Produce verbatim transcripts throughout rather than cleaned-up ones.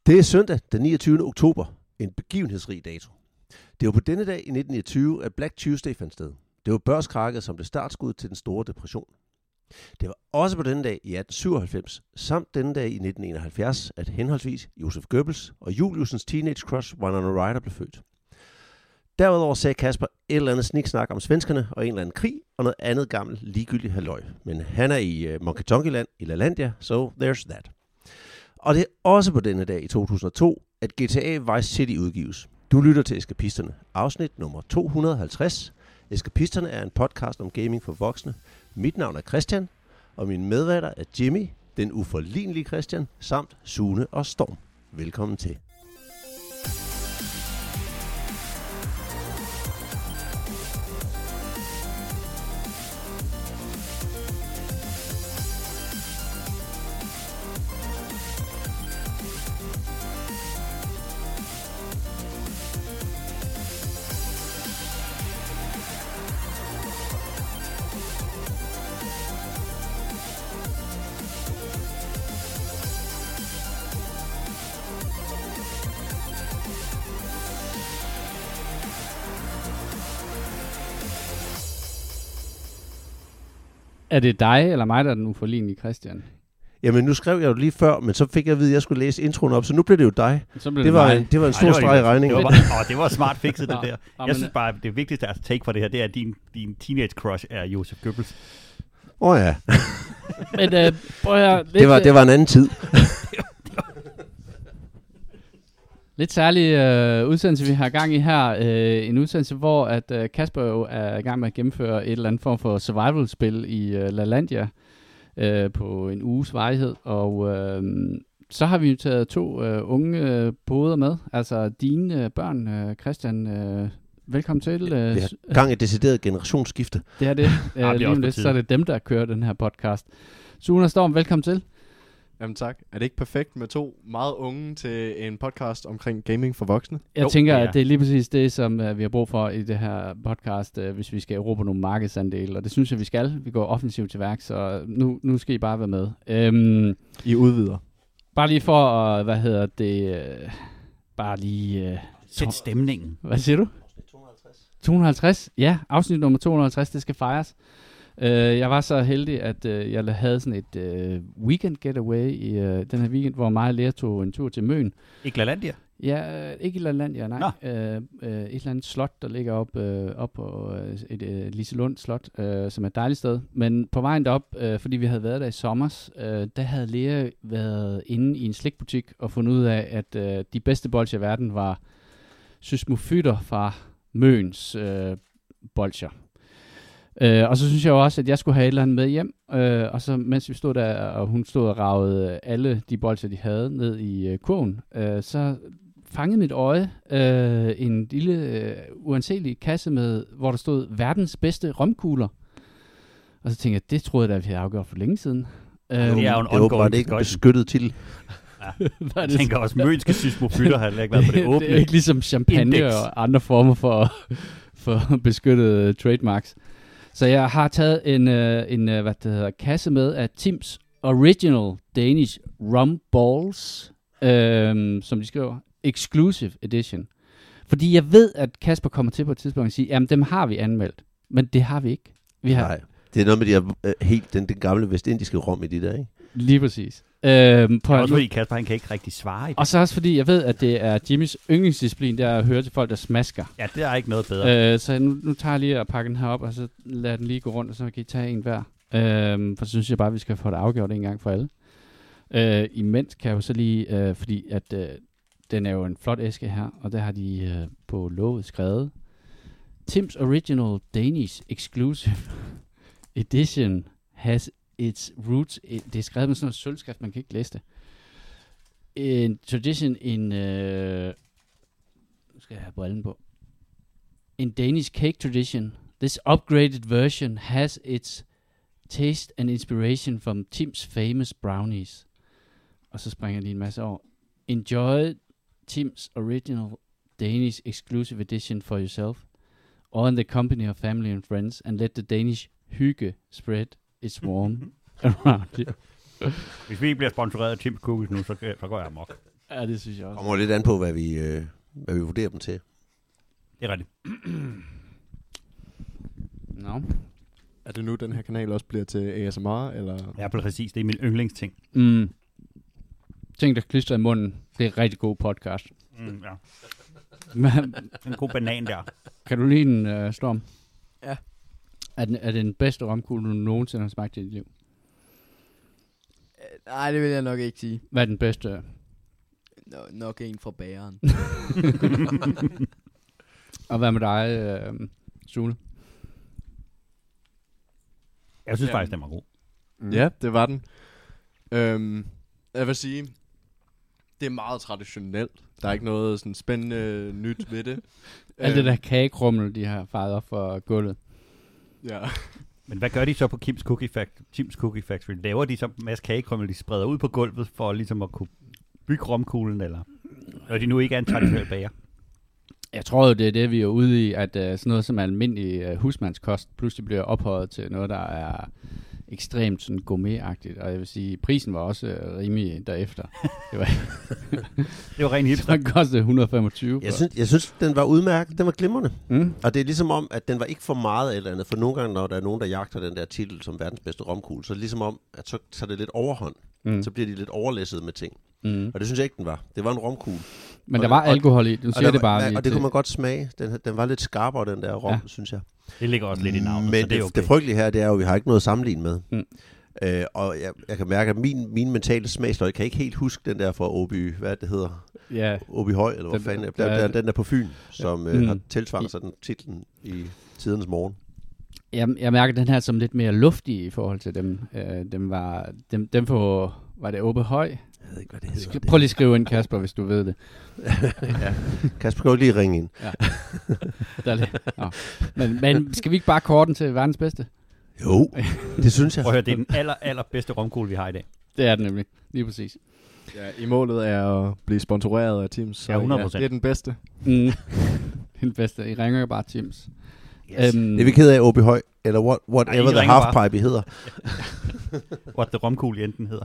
Det er søndag den niogtyvende oktober, en begivenhedsrig dato. Det var på denne dag i nitten niogtyve, at Black Tuesday fandt sted. Det var børskrakket som det startskud til den store depression. Det var også på denne dag i atten syvoghalvfems, samt denne dag i nitten enoghalvfjerds, at henholdsvis Joseph Goebbels og Juliusens teenage crush Winona Ryder blev født. Derudover sagde Kasper et eller andet sniksnak om svenskerne og en eller anden krig og noget andet gammelt ligegyldigt halløj. Men han er i uh, Monkey Tonky Land i LaLandia, so there's that. Og det er også på denne dag i to tusind og to, at G T A Vice City udgives. Du lytter til Eskapisterne, afsnit nummer to hundrede og halvtreds. Eskapisterne er en podcast om gaming for voksne. Mit navn er Christian, og mine medværter er Jimmy, den uforlignelige Christian, samt Sune og Storm. Velkommen til. Er det dig eller mig, der er den uforlignelige Christian? Jamen, nu skrev jeg jo lige før, men så fik jeg at vide, at jeg skulle læse introen op, så nu blev det jo dig. Så blev det, det, var mig. en, det var en stor Ej, streg i regningen. Det var, åh, det var smart fikset, det der. Nå, Jeg synes bare, det vigtigste at take for det her, det er, at din, din teenage crush er Joseph Goebbels. Åh oh, ja. Men øh, prøv at, lidt, det, var, det var en anden tid. Lidt særlig øh, udsendelse, vi har gang i her. Øh, en udsendelse, hvor at øh, Kasper jo er i gang med at gennemføre et eller andet form for survival-spil i øh, LaLandia øh, på en uges varighed. Og øh, så har vi jo taget to øh, unge øh, poder med. Altså dine øh, børn, øh, Christian. Øh, velkommen til. Øh, vi har gang i et decideret generationsskifte. Det er det. øh, lige om lidt, så er det dem, der kører den her podcast. Sune og Storm, velkommen til. Jamen tak. Er det ikke perfekt med to meget unge til en podcast omkring gaming for voksne? Jeg jo, tænker, ja. at det er lige præcis det, som uh, vi har brug for i det her podcast, uh, hvis vi skal erobre nogle markedsandele. Og det synes jeg, vi skal. Vi går offensivt til værk, så nu, nu skal I bare være med. Um, I udvider. bare lige for at, hvad hedder det, uh, bare lige... Uh, Sæt stemningen. Hvad siger du? to hundrede og halvtreds? Ja, afsnit nummer to hundrede og halvtreds, det skal fejres. Uh, jeg var så heldig, at uh, jeg havde sådan et uh, weekend getaway i uh, den her weekend, hvor mig og Lea tog en tur til Møn. Ikke LaLandia? Ja, uh, ikke i LaLandia, nej. Uh, uh, et eller andet slot, der ligger op, uh, op på uh, et uh, Liselund slot, uh, som er et dejligt sted. Men på vejen derop, uh, fordi vi havde været der i sommers, uh, der havde Lea været inde i en slikbutik og fundet ud af, at uh, de bedste bolsjer i verden var sysmofytter fra Møns uh, bolsjer. Uh, og så synes jeg jo også, at jeg skulle have et eller andet med hjem, uh, og så mens vi stod der, og hun stod og ragede alle de bolsjer, de havde, ned i uh, kurven, uh, så fangede mit øje uh, en lille uh, uanselig kasse med, hvor der stod verdens bedste romkugler. Og så tænkte jeg, det troede jeg da, vi havde afgjort for længe siden. Uh, det er jo en Det var ongoing bare ikke en beskyttet titel. Ja. Jeg tænker også, mønske sysmofytter har ikke været på det åbne. Det er ikke ligesom champagne Index. og andre former for, for beskyttede trademarks. Så jeg har taget en, øh, en øh, hvad det hedder, kasse med af Tim's Original Danish Rum Balls, øh, som de skriver, Exclusive Edition. Fordi jeg ved, at Kasper kommer til på et tidspunkt og siger, jamen dem har vi anmeldt, men det har vi ikke. Vi har Nej, det er noget med de her, øh, helt den, den gamle vestindiske rom i de der, ikke? lige præcis. Øhm, på Det er også fordi Kasper, han kan ikke rigtig svare i det. og så også fordi, jeg ved, at det er Jimmys yndlingsdisciplin, det er at høre til folk, der smasker. Ja, det er ikke noget bedre. Øh, så nu, nu tager jeg lige og pakker den her op, og så lader den lige gå rundt, og så kan I tage en hver. Øh, for så synes jeg bare, at vi skal få det afgjort en gang for alle. Øh, imens kan jeg jo så lige, øh, fordi at øh, den er jo en flot æske her, og der har de øh, på låget skrevet, Tim's Original Danish Exclusive Edition has its roots, det er skrevet med sådan noget sølvskrift, man kan ikke læse det. En tradition in, øh, nu skal jeg have brillen på, in Danish cake tradition, this upgraded version has its taste and inspiration from Tim's famous brownies. Og så springer jeg lige en masse over. Enjoy Tim's Original Danish exclusive edition for yourself, or in the company of family and friends, and let the Danish hygge spread its warm around you. Hvis vi ikke bliver sponsoreret af Tim's Cookies nu, så, så går jeg amok. Ja, det synes jeg også. Kommer lidt an på, hvad vi, øh, hvad vi vurderer dem til. Det er rigtigt. Nå. Er det nu, den her kanal også bliver til A S M R, eller? Ja, præcis. Det er min yndlingsting. Mm. Ting, der klistrer i munden. Det er en rigtig god podcast. Mm, ja. Men, En god banan der. kan du lide en uh, Storm? Ja. Er, den, er det den bedste romkugle, du nogensinde har smagt i dit liv? Øh, nej, det vil jeg nok ikke sige. Hvad er den bedste? Nå, nok en fra bageren. Og hvad med dig, uh, Sune? Jeg synes Ja. faktisk, den var god. Mm. Ja, det var den. Øhm, jeg vil sige, det er meget traditionelt. Der er ikke noget sådan spændende nyt ved det. Alt det der kagekrummel, de har faret op for gulvet. Ja. Men hvad gør de så på Kim's Cookie Factory? Kim's Cookie Factory? Laver de så en masse kagekrummel, de spreder ud på gulvet for ligesom at kunne bygge romkuglen, eller når de nu ikke er en traditionel bager? Jeg tror jo, det er det, vi er ude i, at uh, sådan noget som almindelig uh, husmandskost pludselig bliver ophøjet til noget, der er ekstremt sådan gourmet-agtigt. Og jeg vil sige, prisen var også uh, rimelig derefter. Det var, Det var rent hipster. den kostede et hundrede og femogtyve. Jeg synes, jeg synes, den var udmærket. Den var glimrende. Mm. Og det er ligesom om, at den var ikke for meget eller andet. For nogle gange, når der er nogen, der jagter den der titel som verdens bedste romkugle, så er det ligesom om, at så tager det lidt overhånd. Mm. Så bliver de lidt overlæsset med ting. Mm. Og det synes jeg ikke, den var. Det var en romkugle. Men og der var og- alkohol i. Du Og, siger der, det bare var- lige og det til. kunne man godt smage. Den, den var lidt skarpere, den der rom, Ja. ja. synes jeg. Det ligger også lidt i navnet, Men så det er det, okay. det frygtelige her, det er jo, at vi har ikke noget at sammenligne med. Mm. Øh, og jeg, jeg kan mærke, at min, min mentale smagsløg kan ikke helt huske den der fra Åby, hvad det hedder, Ja, Åby Høj, eller hvad Den- fanden, ja, der, der, den der på Fyn, som øh, Mm. har tilsvaret sig den titlen i tidernes morgen. jeg, jeg mærker den her som lidt mere luftig i forhold til dem. Øh, dem var, dem, dem på, var det Åbe Høj? Jeg ved ikke, hvad det hedder. Sk- Prøv lige at skrive ind, Kasper, hvis du ved det. ja. Kasper, kan du ikke lige ringe ind? Der er lidt. Nå. Men, men skal vi ikke bare kåre den til verdens bedste? Jo, det synes jeg. Prøv at høre, det er den aller, aller bedste romkugle, vi har i dag. Det er den nemlig. Lige præcis. Ja, i målet er at blive sponsoreret af Teams, så Ja, hundrede procent. det er den bedste. Mm. Den bedste. I ringer jo bare Teams. Yes. Øhm, Det er vi ked af, Åby Høj, eller what, whatever Ej, I the ringer halfpipe hedder. What the romkugle enten hedder.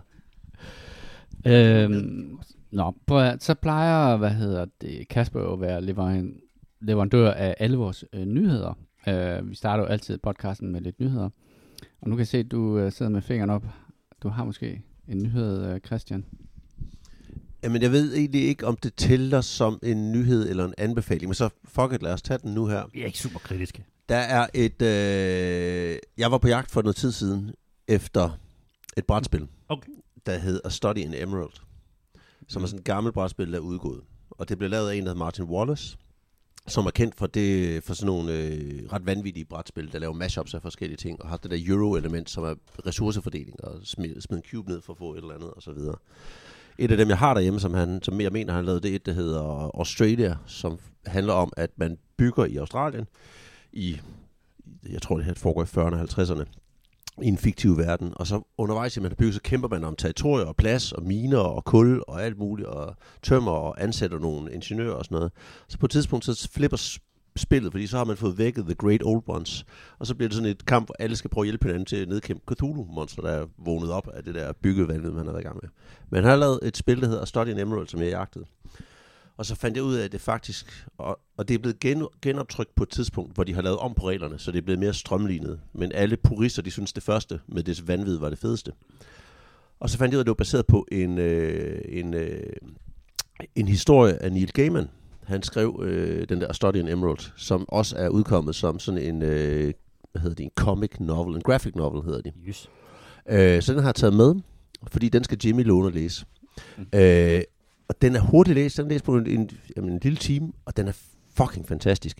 Øhm, nå, prøv at- så plejer, hvad hedder det, Kasper jo at være leveran- leverandør af alle vores øh, nyheder. Øh, vi starter jo altid podcasten med lidt nyheder. Og nu kan jeg se, at du øh, sidder med fingeren op. Du har måske en nyhed, øh, Christian. Jamen, jeg ved egentlig ikke, om det tæller som en nyhed eller en anbefaling, men så fuck it, lad os tage den nu her. Vi er ikke super kritiske. Der er et... Øh, jeg var på jagt for noget tid siden efter et brætspil, Okay. der hed A Study in Emerald, som er sådan et gammelt brætspil, der er udgået. Og det blev lavet af en, der hedder Martin Wallace, som er kendt for, det, for sådan nogle øh, ret vanvittige brætspil, der laver mashups af forskellige ting, og har det der euro-element, som er ressourcefordeling, og smid, smid en cube ned for at få et eller andet, og så videre. Et af dem, jeg har derhjemme, som, han, som jeg mener, han lavede, det er et, der hedder Australia, som handler om, at man bygger i Australien, i, jeg tror, det her foregår i fyrrerne og halvtredserne, i en fiktiv verden. Og så undervejs i man har bygget, så kæmper man om territorier og plads og miner og kul og alt muligt, og tømmer og ansætter nogle ingeniører og sådan noget. Så på et tidspunkt, så flipper spillet, fordi så har man fået vækket The Great Old Ones. Og så bliver det sådan et kamp, hvor alle skal prøve at hjælpe hinanden til at nedkæmpe Cthulhu-monster, der er vågnet op af det der byggevandet, man har været i gang med. Men han har lavet et spil, der hedder Study in Emerald, som jeg jagtede. Og så fandt jeg ud af, at det faktisk, og, og det er blevet gen, genoptrykt på et tidspunkt, hvor de har lavet om på reglerne, så det er blevet mere strømlignet. Men alle purister, de synes det første med det vanvid var det fedeste. Og så fandt jeg ud af, at det var baseret på en, øh, en, øh, en historie af Neil Gaiman. Han skrev øh, den der Study in Emerald, som også er udkommet som sådan en, øh, hvad hedder det, en comic novel, en graphic novel hedder det. Yes. Øh, så den har jeg taget med, fordi den skal Jimmy låne og læse. Mm. Øh, og den er hurtigt læst, den er læst på en, en, jamen, en lille time, og den er fucking fantastisk.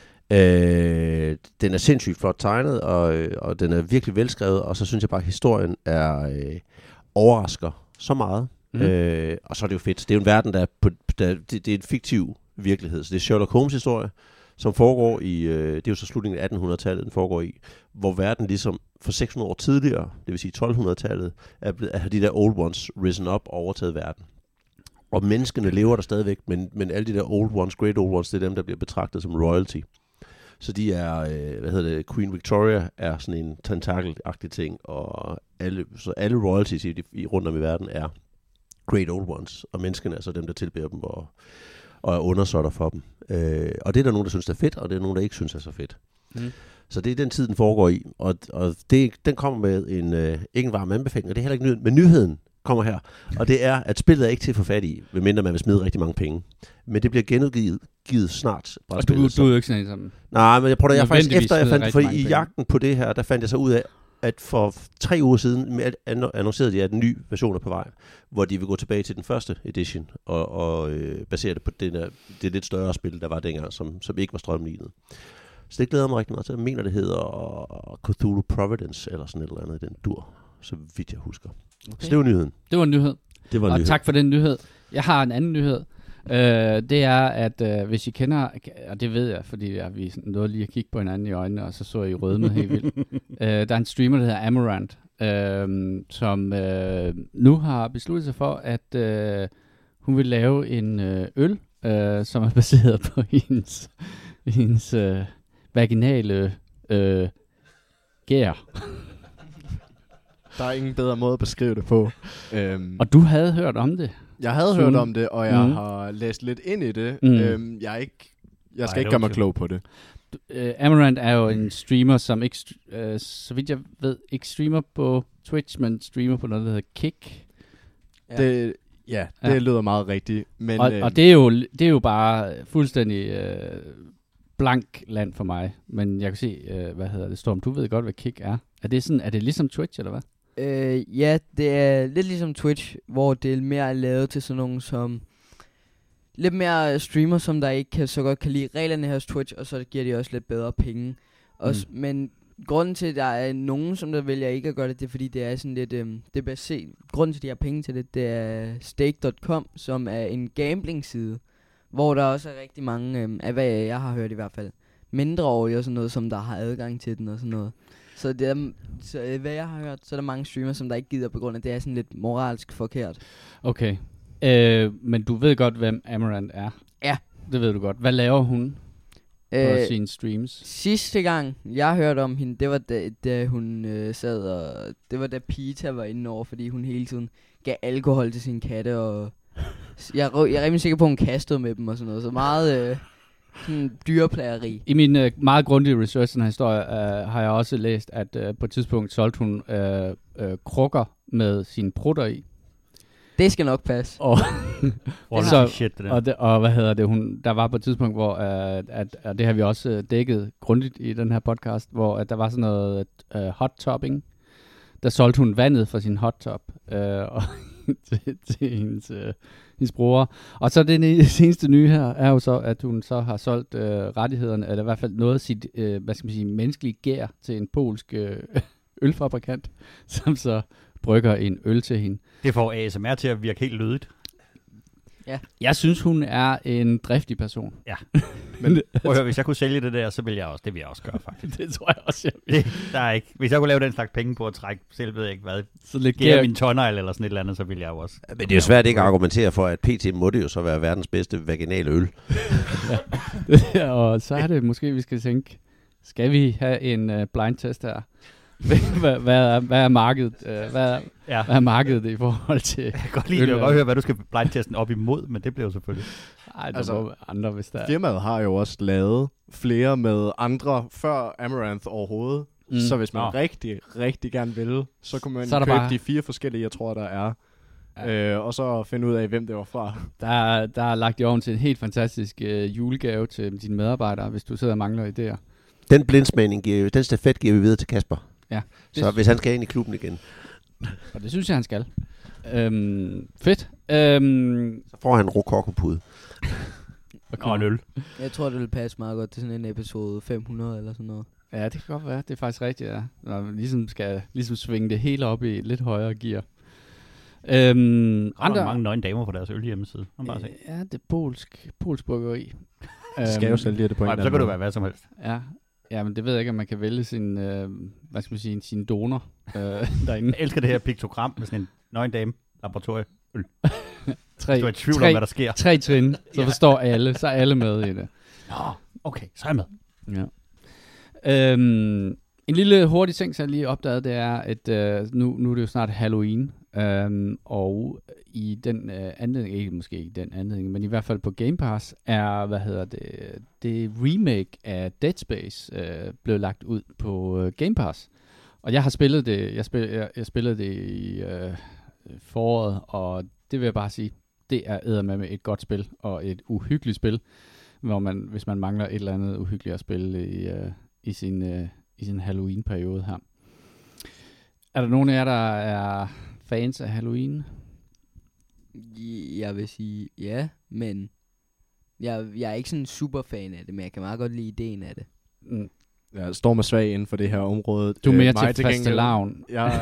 Øh, den er sindssygt flot tegnet, og, og den er virkelig velskrevet, og så synes jeg bare, at historien er øh, overrasker så meget. Mm. Øh, og så er det jo fedt. Det er jo en verden, der er på, der, det, det er en fiktiv virkelighed. Så det er Sherlock Holmes historie, som foregår i, øh, det er jo så slutningen af attenhundredetallet, den foregår i, hvor verden ligesom for seks hundrede år tidligere, det vil sige tolvhundredetallet, er, blevet, er de der old ones risen up og overtaget verden. Og menneskene lever der stadigvæk, men, men alle de der old ones, great old ones, det er dem, der bliver betragtet som royalty. Så de er, øh, hvad hedder det, Queen Victoria er sådan en tentakel-agtig ting, og alle, så alle royalties i, i, rundt om i verden er great old ones, og menneskene er så dem, der tilbeder dem og, og er undersåtter for dem. Øh, og det er der nogen, der synes er fedt, og det er nogen, der ikke synes er så fedt. Mm. Så det er den tid, den foregår i, og, og det, den kommer med en, øh, ikke en varm anbefaling, og det er heller ikke nyheden, men nyheden kommer her, og det er, at spillet er ikke til at få fat i, medmindre man vil smide rigtig mange penge. Men det bliver genudgivet givet snart. Og du, du er jo ikke sådan en som... Nej, men jeg prøver, jeg faktisk efter, jeg fandt, for i penge. jagten på det her, der fandt jeg så ud af, at for tre uger siden annoncerede de, at en ny version er på vej, hvor de vil gå tilbage til den første edition, og, og øh, basere det på det, der, det lidt større spil, der var dengang, som, som ikke var strømlignet. Så det glæder mig rigtig meget til. Jeg mener, det hedder Cthulhu Providence, eller sådan et eller andet i den dur, så vidt jeg husker. Okay. Så det var nyheden. Det var en nyhed. Det var en og nyhed. Tak for den nyhed. Jeg har en anden nyhed. Uh, det er, at uh, hvis I kender, og det ved jeg, fordi jeg, vi nåede lige at kigge på hinanden i øjnene, og så så I rødmet helt vildt. uh, der er en streamer, der hedder Amarant, uh, som uh, nu har besluttet sig for, at uh, hun vil lave en uh, øl, uh, som er baseret på hendes, hendes uh, vaginale uh, gær. Der er ingen bedre måde at beskrive det på. Øhm, Og du havde hørt om det? jeg havde Sådan. hørt om det, og jeg Mm. har læst lidt ind i det. Mm. Øhm, jeg er ikke, jeg skal Nej, ikke gøre mig det var klog på det. Uh, Amarant er jo en streamer, som ikke, uh, så vidt jeg ved, ikke streamer på Twitch, men streamer på noget, der hedder Kick. Ja. Det, ja, det Ja. lyder meget rigtigt. Men, Og, øh, og det, er jo, det er jo bare fuldstændig uh, blank land for mig. Men jeg kan se, uh, hvad hedder det, Storm, du ved godt, hvad Kick er. Er det, sådan, er det ligesom Twitch, eller hvad? Øh, ja, det er lidt ligesom Twitch, hvor det er mere lavet til sådan nogen som... Lidt mere streamer, som der ikke kan, så godt kan lide reglerne her hos Twitch, og så giver de også lidt bedre penge. Også, mm. Men grunden til, at der er nogen, som der vælger ikke at gøre det, det er fordi, det er sådan lidt... Øhm, det er baseret, grunden til, at de har penge til det, det er stake punktum com, som er en gambling-side, hvor der også er rigtig mange, øhm, af hvad jeg har hørt i hvert fald, mindreårige og sådan noget, som der har adgang til den og sådan noget. Så, det er, så øh, hvad jeg har hørt, så er der mange streamere, som der ikke gider på grund af, det er sådan lidt moralsk forkert. Okay. Uh, men du ved godt, hvem Amarant er? Ja. Det ved du godt. Hvad laver hun på Øh, sine streams? sidste gang, jeg hørte om hende, det var da, da hun øh, sad og... Det var da Pita var inde over, fordi hun hele tiden gav alkohol til sine katte, og... Jeg, er- jeg er rimelig sikker på, at hun kastede med dem og sådan noget, så meget øh, sådan dyreplageri. I min uh, meget grundige research, den her historie, uh, har jeg også læst, at uh, på et tidspunkt solgte hun uh, uh, krukker med sine prutter i. Det skal nok passe. Og, Quality så- shit, det der. og, det, og hvad hedder det? Hun, der var på et tidspunkt, hvor uh, at, at det har vi også uh, dækket grundigt i den her podcast, hvor at der var sådan noget uh, hot topping. Der solgte hun vandet fra sin hot top uh, og til, til hendes, uh, hendes bror. Og så den seneste nye her er jo så, at hun så har solgt uh, rettighederne, eller i hvert fald noget af sit, uh, hvad skal man sige, menneskelige gær til en polsk uh, ølfabrikant, som så brygger en øl til hende. Det får A S M R til at virke helt lødigt. Jeg synes, hun er en driftig person. Men prøv at høre, hvis jeg kunne sælge det der, så ville jeg også, det vil jeg også gøre faktisk. Det tror jeg også, jeg vil. Det, der er ikke, hvis jeg kunne lave den slags penge på at trække, selv ved jeg ikke hvad, Så lidt gære gær. min tonneil eller sådan et eller andet, så ville jeg jo også. Men det er jo svært ikke at argumentere for, at P T må det jo så være verdens bedste vaginale øl. Og så er det måske, vi skal tænke, skal vi have en uh, blind test her? hvad, hvad, er, hvad er markedet? Uh, hvad, er, Ja. hvad er markedet i forhold til... Jeg kan godt lide, jeg Øl, kan godt høre, hvad du skal blindtesten op imod, men det bliver jo selvfølgelig. Ej, der Altså, altså, må andre, hvis der er... Firmaet har jo også lavet flere med andre før Amaranth overhovedet. Mm. Mm. Så hvis man Nå. rigtig, rigtig gerne vil, så kunne man Så er der købe bare- de fire forskellige, jeg tror, der er. Ja. Ja. Øh, og så finde ud af, hvem det var fra. Der, er, der er lagt i ovnen til en helt fantastisk uh, julegave til dine medarbejdere, hvis du sidder og mangler idéer. Den blindsmagning, giver, den stafet giver vi videre til Kasper. Ja. Så hvis han skal ind i klubben igen, Og det synes jeg, han skal. Øhm, fedt. Øhm, så får han en rokokopude. Og en øl. Jeg tror, det vil passe meget godt til sådan en episode fem hundrede eller sådan noget. Ja, det kan godt være. Det er faktisk rigtigt, ja. Når man ligesom skal ligesom svinge det hele op i lidt højere gear. Øhm, Og der er mange nøgne damer på deres øl hjemmeside. Man bare se. øh, ja, det er polsk, polsk bryggeri. Skal jo sælge det på en Nej, eller så kan anden du måde. være hvad som helst. Ja. Ja, men det ved jeg ikke, om man kan vælge sin, øh, hvad skal man sige, sin donor øh, derinde. Jeg elsker det her piktogram med sådan en nøgen dame, laboratorie. Tre, Du er i tvivl tre, om, hvad der sker. tre trin, så Ja. forstår alle, så er alle med i det. Nå, okay, så er jeg med. Ja. Øhm, en lille hurtig ting, som jeg lige opdagede, det er, at øh, nu, nu er det jo snart Halloween. Øhm, og i den øh, anledning, ikke måske ikke den anledning, men i hvert fald på Game Pass, er, hvad hedder det, det remake af Dead Space øh, blevet lagt ud på øh, Game Pass. Og jeg har spillet det, jeg, spil, jeg, jeg spillede det i øh, foråret, og det vil jeg bare sige, det er eddermame et godt spil, og et uhyggeligt spil, hvor man, hvis man mangler et eller andet uhyggeligt at spille i, øh, i sin, øh, i sin Halloween-periode her. Er der nogen af jer, der er fans af Halloween? Jeg vil sige ja, men jeg, jeg er ikke sådan en super fan af det, men jeg kan meget godt lide ideen af det. Mm. Jeg står med svag inden for det her område. Du er mere mig til fastelavn. Jeg,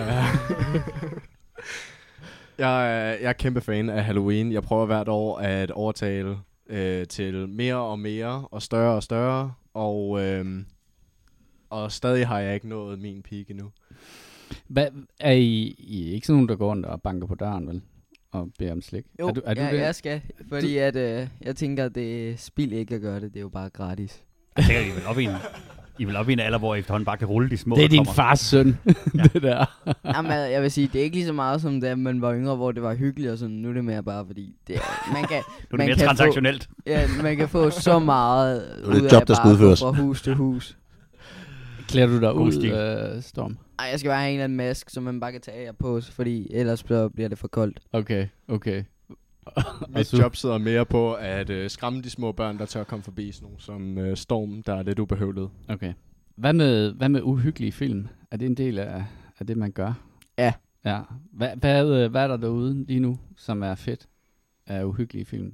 jeg, er- jeg er kæmpe fan af Halloween. Jeg prøver hvert år at overtale øh, til mere og mere og større og større. Og, øh, og stadig har jeg ikke nået min peak endnu. Hvad, er I, I er ikke sådan nogen, der går rundt og banker på døren, vel? Og beder om slik? Jo, er du, er du ja, det? jeg skal, fordi at, øh, jeg tænker, at det er spild ikke at gøre det, det er jo bare gratis. Jeg tænker, I er vel op i en, I er vel op i en alder, hvor I efterhånden bare kan rulle de små, Det er der din kommer. fars søn, Ja. det der. Jamen, jeg vil sige, det er ikke lige så meget som da man var yngre, hvor det var hyggeligt og sådan. Nu er det mere bare, fordi det er, man kan, Nu er det man mere kan transaktionelt. Få, ja, man kan få så meget Nu er det ud et job, af der skal bare at gå udføres. fra hus til hus. Klæder du dig God ud, stil. øh, Storm? Ej, jeg skal bare have en eller anden mask, som man bare kan tage af på, fordi ellers så bliver det for koldt. Okay, okay. Mit job sidder mere på at øh, skræmme de små børn, der tør komme forbi, sådan nogle som øh, Storm, der er lidt ubehøvlet. Okay. Hvad med, hvad med uhyggelige film? Er det en del af, af det, man gør? Ja. Ja. Hvad, hvad, øh, hvad er der derude lige nu, som er fedt af uhyggelige film?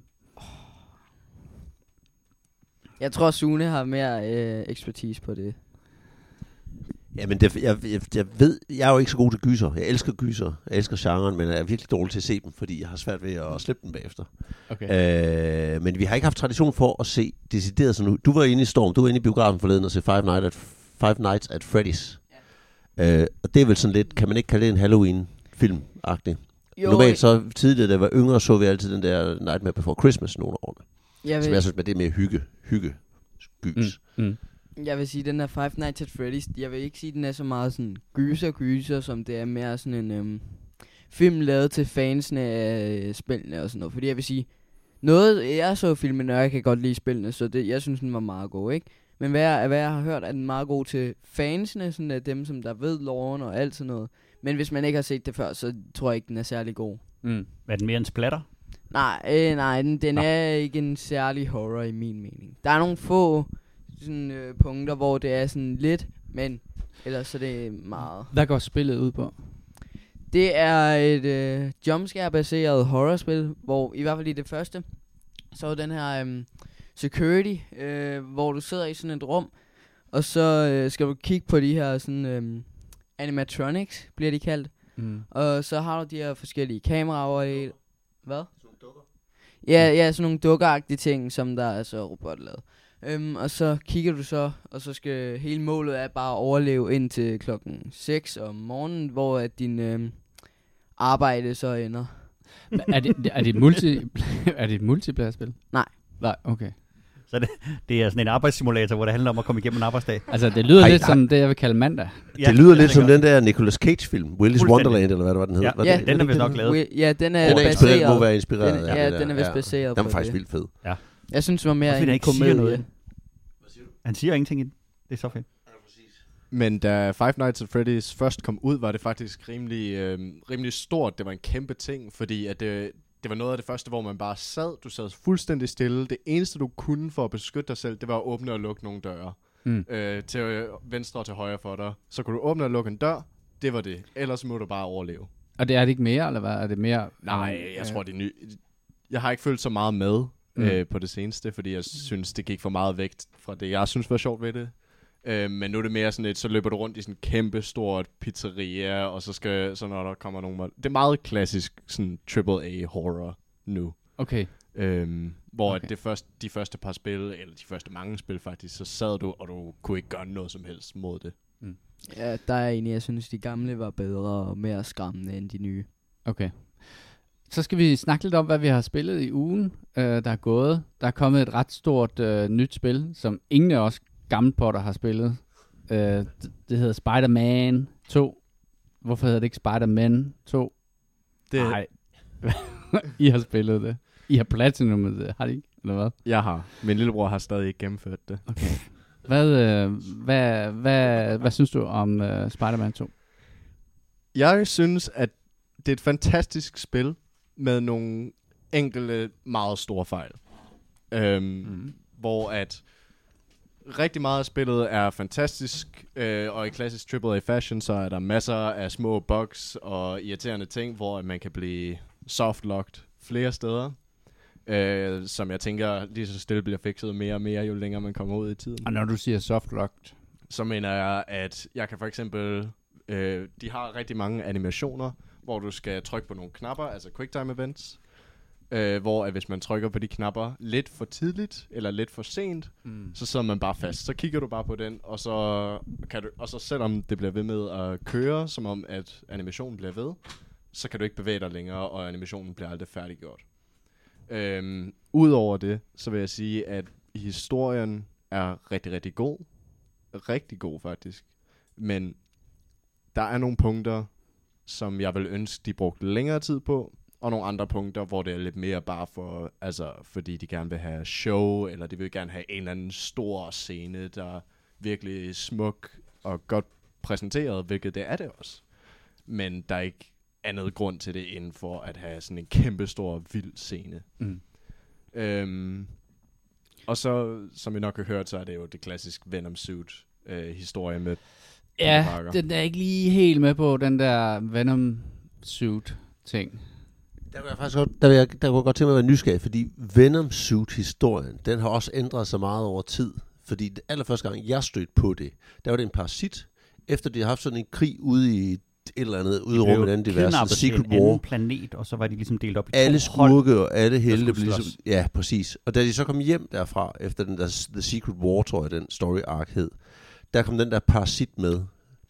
Jeg tror, Sune har mere øh, ekspertise på det. Ja, men det, jeg, jeg, jeg ved, jeg er jo ikke så god til gyser. Jeg elsker gyser, jeg elsker genren, men jeg er virkelig dårlig til at se dem, fordi jeg har svært ved at slippe dem bagefter. Okay. Øh, men vi har ikke haft tradition for at se decideret sådan ud. Du var inde i Storm, du var inde i biografen forleden og se Five Nights at, Five Nights at Freddy's. Ja. Øh, og det er vel sådan lidt, kan man ikke kalde det en Halloween-film-agtig? Normalt så tidligere, da jeg var yngre, så vi altid den der Nightmare Before Christmas nogle år. jeg Som vil, jeg synes, men det er mere hygge, hygge, gys. Mm, mm. jeg vil sige, den her Five Nights at Freddy's, jeg vil ikke sige, den er så meget sådan gyser-gyser, som det er mere sådan en øhm, film lavet til fansene af øh, spillene og sådan noget. Fordi jeg vil sige, noget, jeg så filmen, og jeg kan godt lide spillene, så det, jeg synes, den var meget god, ikke? Men hvad jeg, hvad jeg har hørt, er den meget god til fansene, sådan af dem, som der ved loven og alt sådan noget. Men hvis man ikke har set det før, så tror jeg ikke, den er særlig god. Mm. Er den mere en splatter? Nej, øh, nej, den, den Nå. er ikke en særlig horror i min mening. Der er nogle få sådan, øh, punkter, hvor det er sådan lidt, men ellers så er det meget. Hvad går spillet ud på? Det er et øh, jumpscare-baseret horrorspil, hvor i hvert fald i det første, så er den her øh, security, øh, hvor du sidder i sådan et rum, og så øh, skal du kigge på de her sådan øh, animatronics, bliver de kaldt. Mm. Og så har du de her forskellige kameraer over det. Hvad? Ja, ja, sådan nogle dukkeragtige ting, som der er så robotlavet. Øhm, og så kigger du så, og så skal hele målet er bare at overleve indtil klokken seks om morgenen, hvor at din øhm, arbejde så ender. er, det, er, det et multi, er det et multiplayer-spil? Nej. Nej, okay. Så det, det er sådan en arbejdssimulator, hvor det handler om at komme igennem en arbejdsdag. Altså, det lyder Ej, lidt ej. som det, jeg vil kalde mandag. Ja, det lyder lidt som tænker- den der Nicolas Cage-film, Willy's Fuldstændig. Wonderland, eller hvad det var, den hed. Ja, Var ja, det, den er det vist nok den? lavet. Ja, den er, Den er inspireret, må baseret. være inspireret. Den, af ja, det der. den er vist baseret Den på var faktisk det. vildt fed. Jeg synes, det var mere Også fordi en han ikke siger komedie. noget. Han siger ingenting i den. Det er så fedt. Men da Five Nights at Freddy's først kom ud, var det faktisk rimelig, øh, rimelig stort. Det var en kæmpe ting, fordi at det, det var noget af det første, hvor man bare sad. Du sad fuldstændig stille. Det eneste, du kunne for at beskytte dig selv, det var at åbne og lukke nogle døre. Mm. Øh, til øh, venstre og til højre for dig. Så kunne du åbne og lukke en dør. Det var det. Ellers må du bare overleve. Og det er det ikke mere, eller hvad? Er det mere? Nej, jeg tror, det er ny. Jeg har ikke følt så meget med Mm. øh, på det seneste, fordi jeg synes, det gik for meget væk fra det, jeg synes var sjovt ved det. Øh, men nu er det mere sådan et, så løber du rundt i sådan et kæmpe stort pizzeria, og så skal, så når der kommer nogen... Det er meget klassisk sådan triple A horror nu. Okay. Øhm, hvor Okay. okay. det første, de første par spil, eller de første mange spil faktisk, så sad du, og du kunne ikke gøre noget som helst mod det. Ja, der er egentlig, jeg synes, de gamle var bedre og mere skræmmende end de nye. Okay. Så skal vi snakke lidt om, hvad vi har spillet i ugen, øh, der er gået. Der er kommet et ret stort øh, nyt spil, som ingen af os gamle potter har spillet. Øh, det, det hedder Spider-Man to. Hvorfor hedder det ikke Spider-Man to? Det, Nej. I har spillet det. I har platinumet det, har I ikke? Eller hvad? Jeg har. Min lillebror har stadig ikke gennemført det. Okay. Hvad, øh, hvad, hvad, hvad synes du om øh, Spider-Man to? Jeg synes, at det er et fantastisk spil med nogle enkelte meget store fejl. Øhm, mm. Hvor at rigtig meget af spillet er fantastisk, øh, og i klassisk triple A fashion, så er der masser af små bugs og irriterende ting, hvor man kan blive softlocked flere steder. Øh, som jeg tænker lige så stille bliver fikset mere og mere, jo længere man kommer ud i tiden. Og når du siger softlocked? Så mener jeg, at jeg kan for eksempel... Øh, de har rigtig mange animationer, hvor du skal trykke på nogle knapper, altså quicktime events. Øh, hvor at hvis man trykker på de knapper lidt for tidligt, eller lidt for sent, mm. så sidder man bare fast. Så kigger du bare på den, og så, kan du, og så selvom det bliver ved med at køre, som om at animationen bliver ved, så kan du ikke bevæge dig længere, og animationen bliver aldrig færdiggjort. Øhm, Udover det, så vil jeg sige, at historien er rigtig, rigtig god. Rigtig god, faktisk. Men der er nogle punkter, som jeg vil ønske, de brugte længere tid på, og nogle andre punkter, hvor det er lidt mere bare for, altså, fordi de gerne vil have show, eller de vil gerne have en eller anden stor scene, der er virkelig smuk og godt præsenteret, hvilket det er det også. Men der er ikke andet grund til det, end for at have sådan en kæmpe stor, vild scene. Mm. Øhm, og så, som I nok har hørt, så er det jo det klassisk Venom Suit øh, historie med ja, Parker. Den er ikke lige helt med på, den der Venom Suit ting. Der vil jeg faktisk godt, der vil jeg, der vil jeg godt tænke mig at være nysgerrig, fordi Venom Suit-historien, den har også ændret sig meget over tid. Fordi det allerførste gang, jeg stødte på det, der var det en parasit, efter de har haft sådan en krig ude i et eller andet, ude i rummet, andet diverse, Secret en War. planet, og så var de ligesom delt op i alle to skurke hold, og alle helte blev ligesom, slås. ja, præcis. Og da de så kom hjem derfra, efter den der The Secret War, tror jeg, den story arc hed, der kom den der parasit med.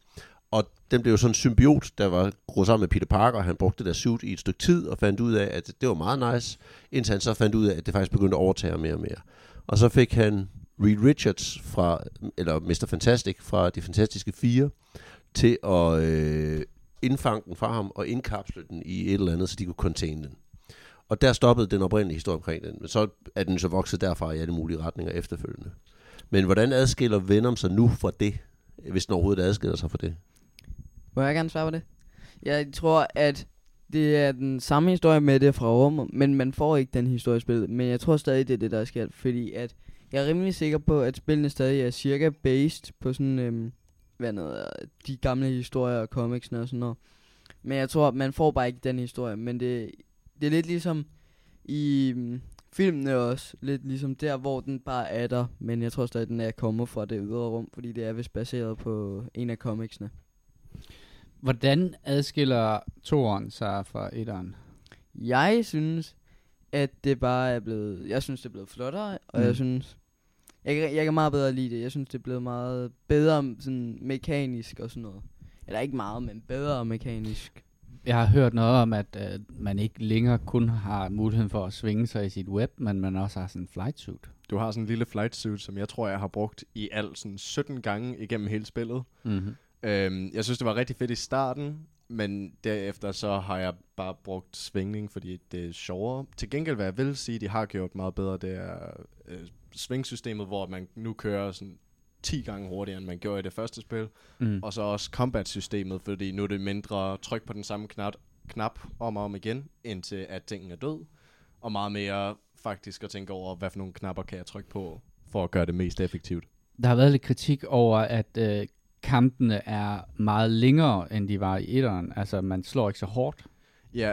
Og den blev jo sådan en symbiot, der var gået sammen med Peter Parker, og han brugte det der suit i et stykke tid, og fandt ud af, at det var meget nice, indtil han så fandt ud af, at det faktisk begyndte at overtage mere og mere. Og så fik han Reed Richards fra, eller mister Fantastic fra De Fantastiske Fire, til at øh, indfange den fra ham, og indkapsle den i et eller andet, så de kunne contain den. Og der stoppede den oprindelige historie omkring den, men så er den så vokset derfra i alle mulige retninger efterfølgende. Men hvordan adskiller Venom sig nu fra det, hvis den overhovedet adskiller sig fra det? Må jeg gerne svare på det? Jeg tror, at det er den samme historie med det fra rummet, men man får ikke den historie i spillet. Men jeg tror stadig, det er det, der sker, fordi at jeg er rimelig sikker på, at spillene stadig er cirka based på sådan, øhm, hvad noget, de gamle historier og comics og sådan noget. Men jeg tror, man får bare ikke den historie, men det, det er lidt ligesom i um, filmene også, lidt ligesom der, hvor den bare er der, men jeg tror stadig, den er kommet fra det ydre rum, fordi det er vist baseret på en af comicsene. Hvordan adskiller toeren sig fra etteren? Jeg synes, at det bare er blevet... Jeg synes, det er blevet flottere, og Mm. jeg synes... Jeg, kan- jeg kan meget bedre lide det. Jeg synes, det er blevet meget bedre sådan mekanisk og sådan noget. Eller ikke meget, men bedre mekanisk. Jeg har hørt noget om, at øh, man ikke længere kun har muligheden for at svinge sig i sit web, men man også har sådan en flight suit. Du har sådan en lille flight suit, som jeg tror, jeg har brugt i alt sådan sytten gange igennem hele spillet. Mm-hmm. Øhm, jeg synes, det var rigtig fedt i starten, men derefter så har jeg bare brugt svingning, fordi det er sjovere. Til gengæld, hvad jeg vil sige, de har gjort meget bedre, det er øh, svingsystemet, hvor man nu kører sådan ti gange hurtigere, end man gjorde i det første spil. Mm. Og så også combat-systemet, fordi nu er det mindre tryk på den samme knap, knap om og om igen, indtil at tingen er død. Og meget mere faktisk at tænke over, hvad for nogle knapper kan jeg trykke på, for at gøre det mest effektivt. Der har været lidt kritik over, at øh, kampene er meget længere, end de var i etteren. Altså, man slår ikke så hårdt. Ja,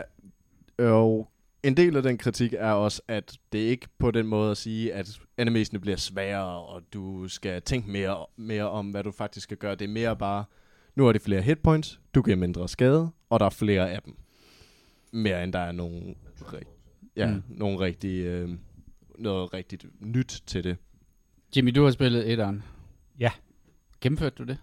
og en del af den kritik er også, at det ikke på den måde at sige, at animesene bliver sværere, og du skal tænke mere, mere om, hvad du faktisk skal gøre. Det er mere bare, nu er det flere hitpoints, du giver mindre skade, og der er flere af dem. Mere end der er nogle, ja, Mm. nogle rigtig, øh, noget rigtigt nyt til det. Jimmy, du har spillet etteren. Ja. Gennemførte du det?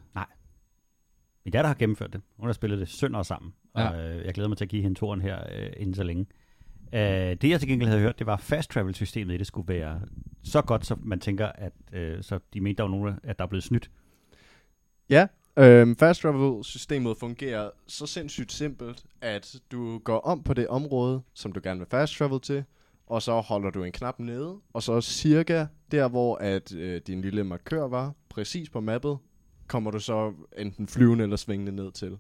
Min datter har gennemført det. Hun har spillet det sønder sammen. Ja. Og øh, jeg glæder mig til at give hende toren her øh, inden så længe. Uh, det jeg til gengæld havde hørt, det var fast travel systemet i det skulle være så godt, så man tænker, at øh, så de mente, der var nogen, at der er blevet snydt. Ja, Øhm, fast travel-systemet fungerer så sindssygt simpelt, at du går om på det område, som du gerne vil fast travel til, og så holder du en knap nede, og så cirka der, hvor at, øh, din lille markør var, præcis på mappet, kommer du så enten flyvende eller svingende ned til.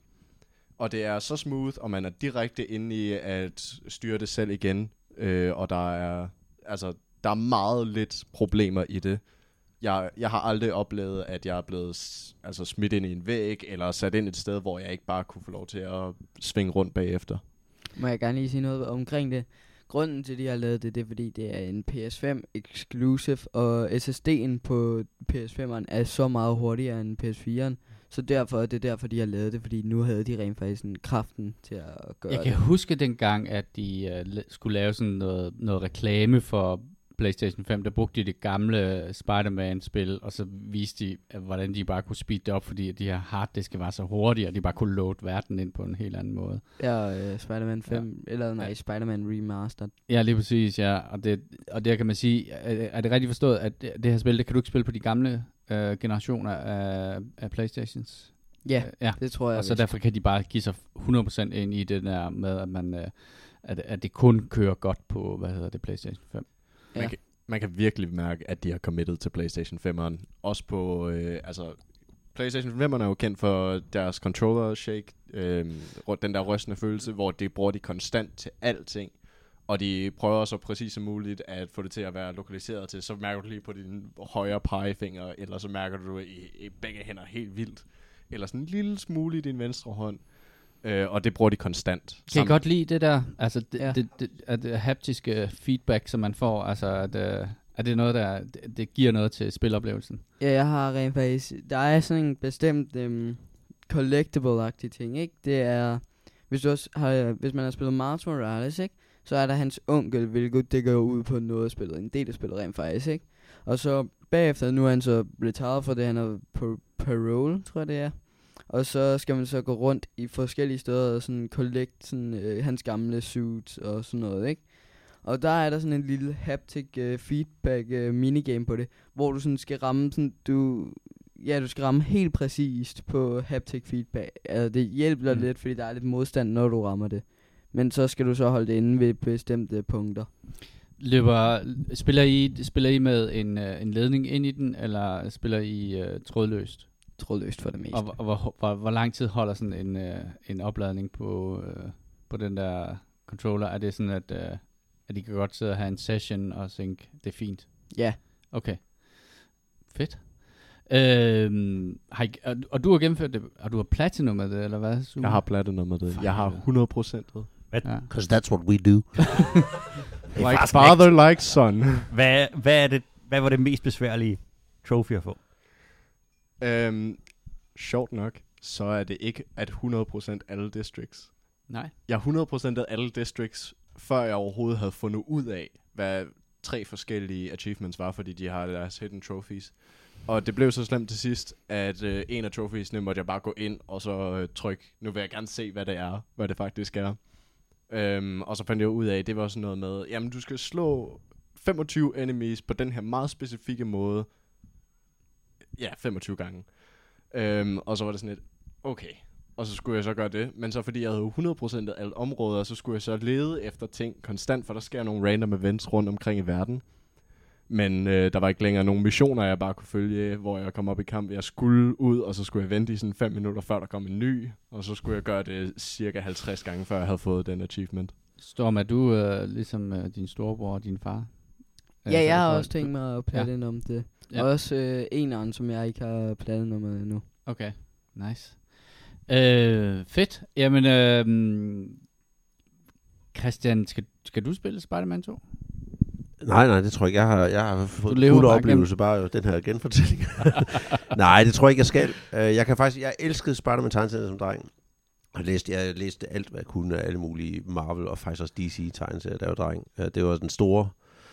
Og det er så smooth, og man er direkte inde i at styre det selv igen, øh, og der er, altså, der er meget lidt problemer i det. Jeg, jeg har aldrig oplevet, at jeg er blevet s- altså smidt ind i en væg, eller sat ind et sted, hvor jeg ikke bare kunne få lov til at svinge rundt bagefter. Må jeg gerne lige sige noget omkring det? Grunden til, at de har lavet det, det er, fordi det er en P S fem exclusive, og S S D'en på P S fem'eren er så meget hurtigere end P S fire'eren. Så derfor, det er derfor, de har lavet det, fordi nu havde de rent faktisk sådan kraften til at gøre Jeg det. kan huske dengang, at de uh, skulle lave sådan noget, noget reklame for PlayStation fem, der brugte de det gamle Spider-Man-spil, og så viste de, at, hvordan de bare kunne speede det op, fordi de her harddiske var så hurtige, og de bare kunne load verden ind på en helt anden måde. Ja, uh, Spider-Man fem, ja. Eller nej, Ja. Spider-Man Remastered. Ja, lige præcis, ja. Og, det, og der kan man sige, er, er det rigtigt forstået, at det, det her spil, det kan du ikke spille på de gamle øh, generationer af, af PlayStations? Ja, Øh, ja. det tror jeg. Og så derfor kan de bare give sig hundrede procent ind i det der med, at, man, øh, at, at det kun kører godt på, hvad hedder det, PlayStation fem. Ja. Man, kan, man kan virkelig mærke, at de har committed til PlayStation fem'eren. Også på, øh, altså, PlayStation fem'eren er jo kendt for deres controller shake, øh, den der rystende følelse, hvor de bruger de konstant til alting. Og de prøver så præcis som muligt at få det til at være lokaliseret til, så mærker du lige på din højre pegefinger, eller så mærker du i, i begge hænder helt vildt. Eller sådan en lille smule i din venstre hånd. Øh, og det bruger de konstant. Kan I godt lide det der, altså det, Ja. ja. det, det, at det haptiske feedback, som man får, altså at, øh, er det noget, der det, det giver noget til spiloplevelsen? Ja, jeg har rent faktisk... Der er sådan en bestemt øhm, collectible-agtig ting, ikke? Det er... Hvis, du også har, hvis man har spillet Miles Morales, ikke? Så er der hans onkel, hvilket det går ud på noget af spillet. En del af spillet rent faktisk, ikke? Og så bagefter, nu er han så retired for det, han er på parole, tror jeg det er. Og så skal man så gå rundt i forskellige steder og sådan collect sådan, øh, hans gamle suits og sådan noget, ikke? Og der er der sådan en lille haptic øh, feedback øh, minigame på det, hvor du sådan skal ramme sådan, du, ja, du skal ramme helt præcist på haptic feedback. Altså det hjælper Mm. lidt, fordi der er lidt modstand, når du rammer det. Men så skal du så holde det inde ved bestemte punkter. Løber, spiller, I, spiller I med en, øh, en ledning ind i den, eller spiller I øh, trådløst? Trådløst for det meste. Og hvor, hvor, hvor, hvor lang tid holder sådan en, øh, en opladning på, øh, på den der controller? Er det sådan, at, øh, at I kan godt sidde og have en session og tænke, det er fint? Ja. Okay. Fedt. Øhm, har I, og, og du har gennemført det, og du har platinum med det, eller hvad? Sune? Jeg har platinum med det. For Jeg har helvede. hundrede procent det. Ja. Because that's what we do. Like father, like son. Hvad, hvad, er det, hvad var det mest besværlige trophy at få? øhm, sjovt nok, så er det ikke at hundrede procent alle districts. Nej. Jeg har hundrede procent af alle districts, før jeg overhovedet havde fundet ud af, hvad tre forskellige achievements var, fordi de har deres hidden trophies. Og det blev så slemt til sidst, at øh, en af trophiesne måtte jeg bare gå ind og så øh, trykke, nu vil jeg gerne se, hvad det er, hvad det faktisk er. Øhm, og så fandt jeg ud af, at det var sådan noget med, jamen du skal slå femogtyve enemies på den her meget specifikke måde. Ja, femogtyve gange. Øhm, og så var det sådan lidt, okay. Og så skulle jeg så gøre det. Men så fordi jeg havde hundrede procent af alle områder, så skulle jeg så lede efter ting konstant, for der sker nogle random events rundt omkring i verden. Men øh, der var ikke længere nogen missioner, jeg bare kunne følge, hvor jeg kom op i kamp. Jeg skulle ud, og så skulle jeg vente i sådan fem minutter, før der kom en ny. Og så skulle jeg gøre det cirka halvtreds gange, før jeg havde fået den achievement. Storm, er du øh, ligesom øh, din storebror og din far? Ja, jeg har også tænkt mig at platinum om det. Ja. Ja. Også øh, eneren, som jeg ikke har platinum med endnu. Okay, nice. Øh, fedt. Jamen, øh, Christian, skal, skal du spille Spider-Man to? Nej, nej, det tror jeg ikke. Jeg har, jeg har fået lever fuld bare oplevelse, bare jo, den her genfortælling. Nej, det tror jeg ikke, jeg skal. Uh, jeg kan faktisk, jeg elskede Spider-Man tegneserier som dreng. Jeg læste, jeg læste alt, hvad jeg kunne af alle mulige Marvel og faktisk også D C tegneserier, der var dreng. Uh, det var den store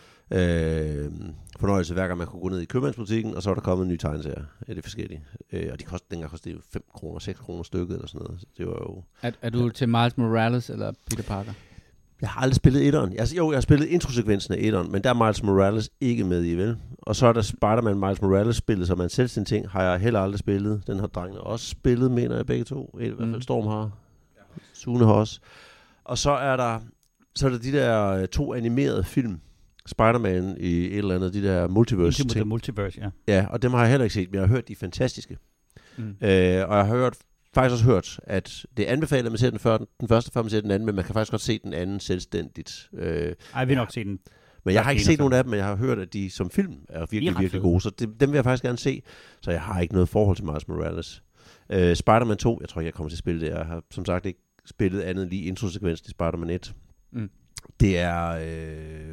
uh, fornøjelse, hver gang man kunne gå ned i købmandsbutikken, og så var der kommet en ny tegneserie af det forskellige. Uh, og de kostede, dengang kostede det jo fem kroner, seks kroner stykket eller sådan noget. Så det var jo... Er, er du til Miles Morales eller Peter Parker? Jeg har aldrig spillet etteren. Jeg, jo, jeg har spillet introsekvensen af etteren, men der er Miles Morales ikke med i, vel? Og så er der Spider-Man Miles Morales-spillet, som er en selvstændig ting, har jeg heller aldrig spillet. Den har drengene også spillet, mener jeg begge to. I hvert fald Storm har. Sune har også. Og så er der, så er der de der to animerede film. Spider-Man i et eller andet, de der multiverse-ting. Multiverse, ja. Ja, og dem har jeg heller ikke set, men jeg har hørt, de er fantastiske. Mm. Øh, og jeg har hørt, faktisk også hørt, at det anbefaler, at man ser den, før, den første, før man ser den anden, men man kan faktisk godt se den anden selvstændigt. Øh, Ej, jeg vil nok se den. Men jeg har ikke set nogen af dem, men jeg har hørt, at de som film er virkelig, er virkelig gode, så det, dem vil jeg faktisk gerne se. Så jeg har ikke noget forhold til Miles Morales. Øh, Spider-Man to, jeg tror ikke, jeg kommer til at spille det. Jeg har som sagt ikke spillet andet end lige introsekvensen i Spider-Man et. Mm. Det er... Øh,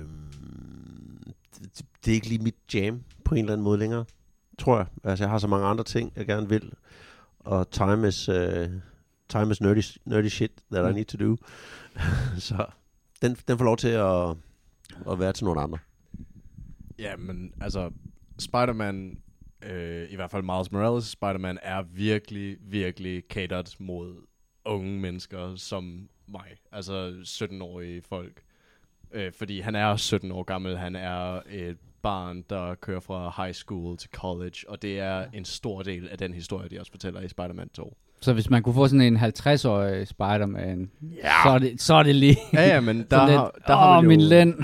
det, det er ikke lige mit jam på en eller anden måde længere, tror jeg. Altså, jeg har så mange andre ting, jeg gerne vil. Og time is, uh, time is nerdy, nerdy shit that mm. I need to do. Så den, den får lov til at, at være til nogle andre. Ja, men altså, Spider-Man, øh, i hvert fald Miles Morales Spider-Man, er virkelig, virkelig catered mod unge mennesker som mig. Altså sytten-årige folk. Øh, fordi han er sytten år gammel, han er et barn, der kører fra high school til college, og det er en stor del af den historie, de også fortæller i Spider-Man to. Så hvis man kunne få sådan en halvtreds-årig Spider-Man, ja. så, er det, så er det lige... Ja, ja, men der, lidt, har, der har man jo... min lænd.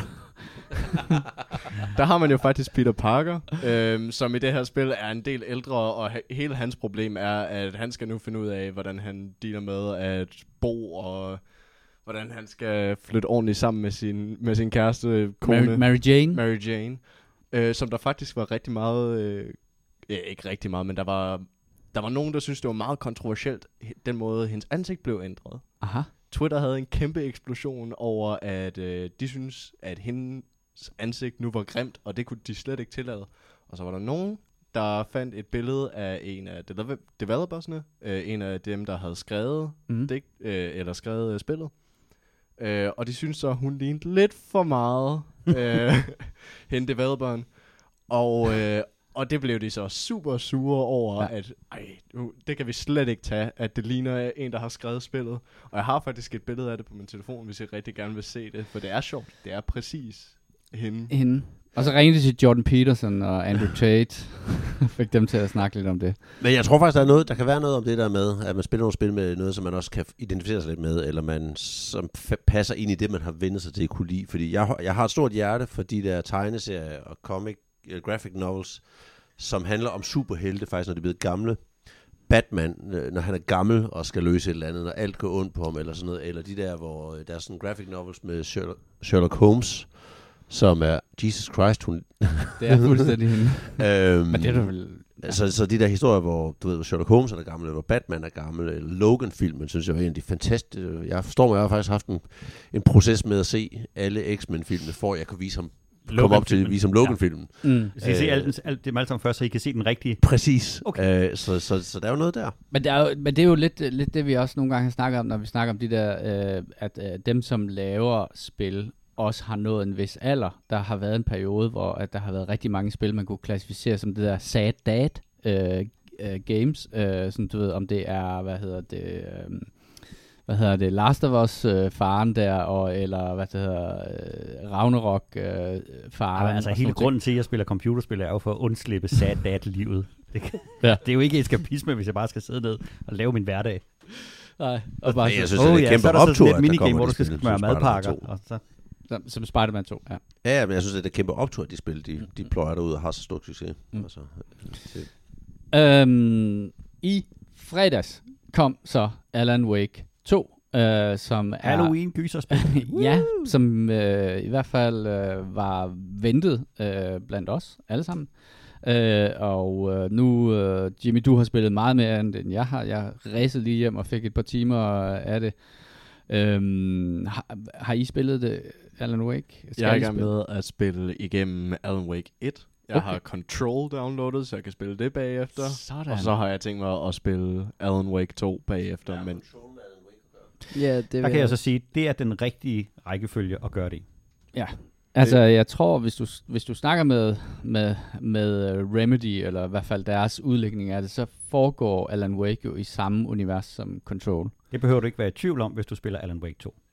Der har man jo faktisk Peter Parker, øhm, som i det her spil er en del ældre, og he- hele hans problem er, at han skal nu finde ud af, hvordan han dealer med at bo, og hvordan han skal flytte ordentligt sammen med sin, med sin kæreste, kone. Mary, Mary Jane. Mary Jane. Øh, som der faktisk var rigtig meget, øh, ja, ikke rigtig meget, men der var, der var nogen, der synes det var meget kontroversielt, den måde hendes ansigt blev ændret. Aha. Twitter havde en kæmpe eksplosion over, at øh, de synes, at hendes ansigt nu var grimt, og det kunne de slet ikke tillade. Og så var der nogen, der fandt et billede af en af de- developersne, øh, en af dem, der havde skrevet, mm. digt, øh, eller skrevet øh, spillet. Øh, og de synes så, hun lignede lidt for meget øh, hende developeren. Og, øh, og det blev de så super sure over, ja. at ej, nu, det kan vi slet ikke tage, at det ligner en, der har skrevet spillet. Og jeg har faktisk et billede af det på min telefon, hvis jeg rigtig gerne vil se det, for det er sjovt. Det er præcis hende. Hende. Og så ringede de til Jordan Peterson og Andrew Tate, fik dem til at snakke lidt om det. Men jeg tror faktisk, der er noget, der kan være noget om det der med, at man spiller nogle spil med noget, som man også kan identificere sig lidt med, eller man som f- passer ind i det, man har vendt sig til at kunne lide. Fordi jeg, jeg har et stort hjerte for de der tegneserier og comic, uh, graphic novels, som handler om superhelte, faktisk når de er blevet gamle. Batman, når han er gammel og skal løse et eller andet, når alt går ondt på ham, eller sådan noget. Eller de der, hvor der er sådan graphic novels med Sherlock, Sherlock Holmes, som er Jesus Christ, hun... Det er fuldstændig hende. øhm, Men det er du vel... Ja. Så, så de der historier, hvor du ved, Sherlock Holmes er gammel, eller hvor Batman er gammel, eller Logan-filmen, synes jeg var en af de fantastiske... Jeg forstår mig, jeg har faktisk haft en, en proces med at se alle X-Men-filmene, for jeg kunne vise ham komme op til at vise ham Logan-filmen. Ja. Mm. Så I se alt, alt det alt sammen først, så I kan se den rigtige... Præcis. Okay. Øh, så, så, så der er jo noget der. Men det er jo, men det er jo lidt, lidt det, vi også nogle gange har snakket om, når vi snakker om de der... Øh, at øh, dem, som laver spil, også har nået en vis alder. Der har været en periode, hvor at der har været rigtig mange spil, man kunne klassificere som det der sad dad øh, øh, games. Øh, som du ved, om det er, hvad hedder det... Øh, hvad hedder det, Last of Us øh, faren der, og, eller hvad det hedder, øh, Ragnarok øh, faren. Ja, altså hele grunden til, at jeg spiller computerspil, er jo for at undslippe sad dad-livet. Det, ja. det er jo ikke eskapisme, hvis jeg bare skal sidde ned og lave min hverdag. Nej, og bare jeg så, synes, det er en kæmpe optur, at der kommer hvor du skal smøre madpakker. Og så. Som, som Spider-Man to, ja. Ja, men jeg synes, det er et kæmpe optur, at de spil, de, de pløjer derud og har så stor succes. Mm. Altså, øhm, I fredags kom så Alan Wake to, øh, som er... Halloween-gyserspil. Ja, som øh, i hvert fald øh, var ventet øh, blandt os alle sammen. Øh, og øh, nu, øh, Jimmy, du har spillet meget mere end jeg har. Jeg racede lige hjem og fik et par timer af det. Øhm, har, har I spillet det, Alan Wake? Skal jeg er i gang med at spille igennem Alan Wake et. Jeg okay. har Control downloadet, så jeg kan spille det bagefter. Sådan. Og så har jeg tænkt mig at spille Alan Wake to bagefter. Ja, men ja, det der kan jeg så sige, det er den rigtige rækkefølge at gøre det i. Ja, altså jeg tror, hvis du, hvis du snakker med, med, med Remedy, eller i hvert fald deres udlægning af det, så foregår Alan Wake jo i samme univers som Control. Det behøver du ikke være i tvivl om, hvis du spiller Alan Wake to. Nej.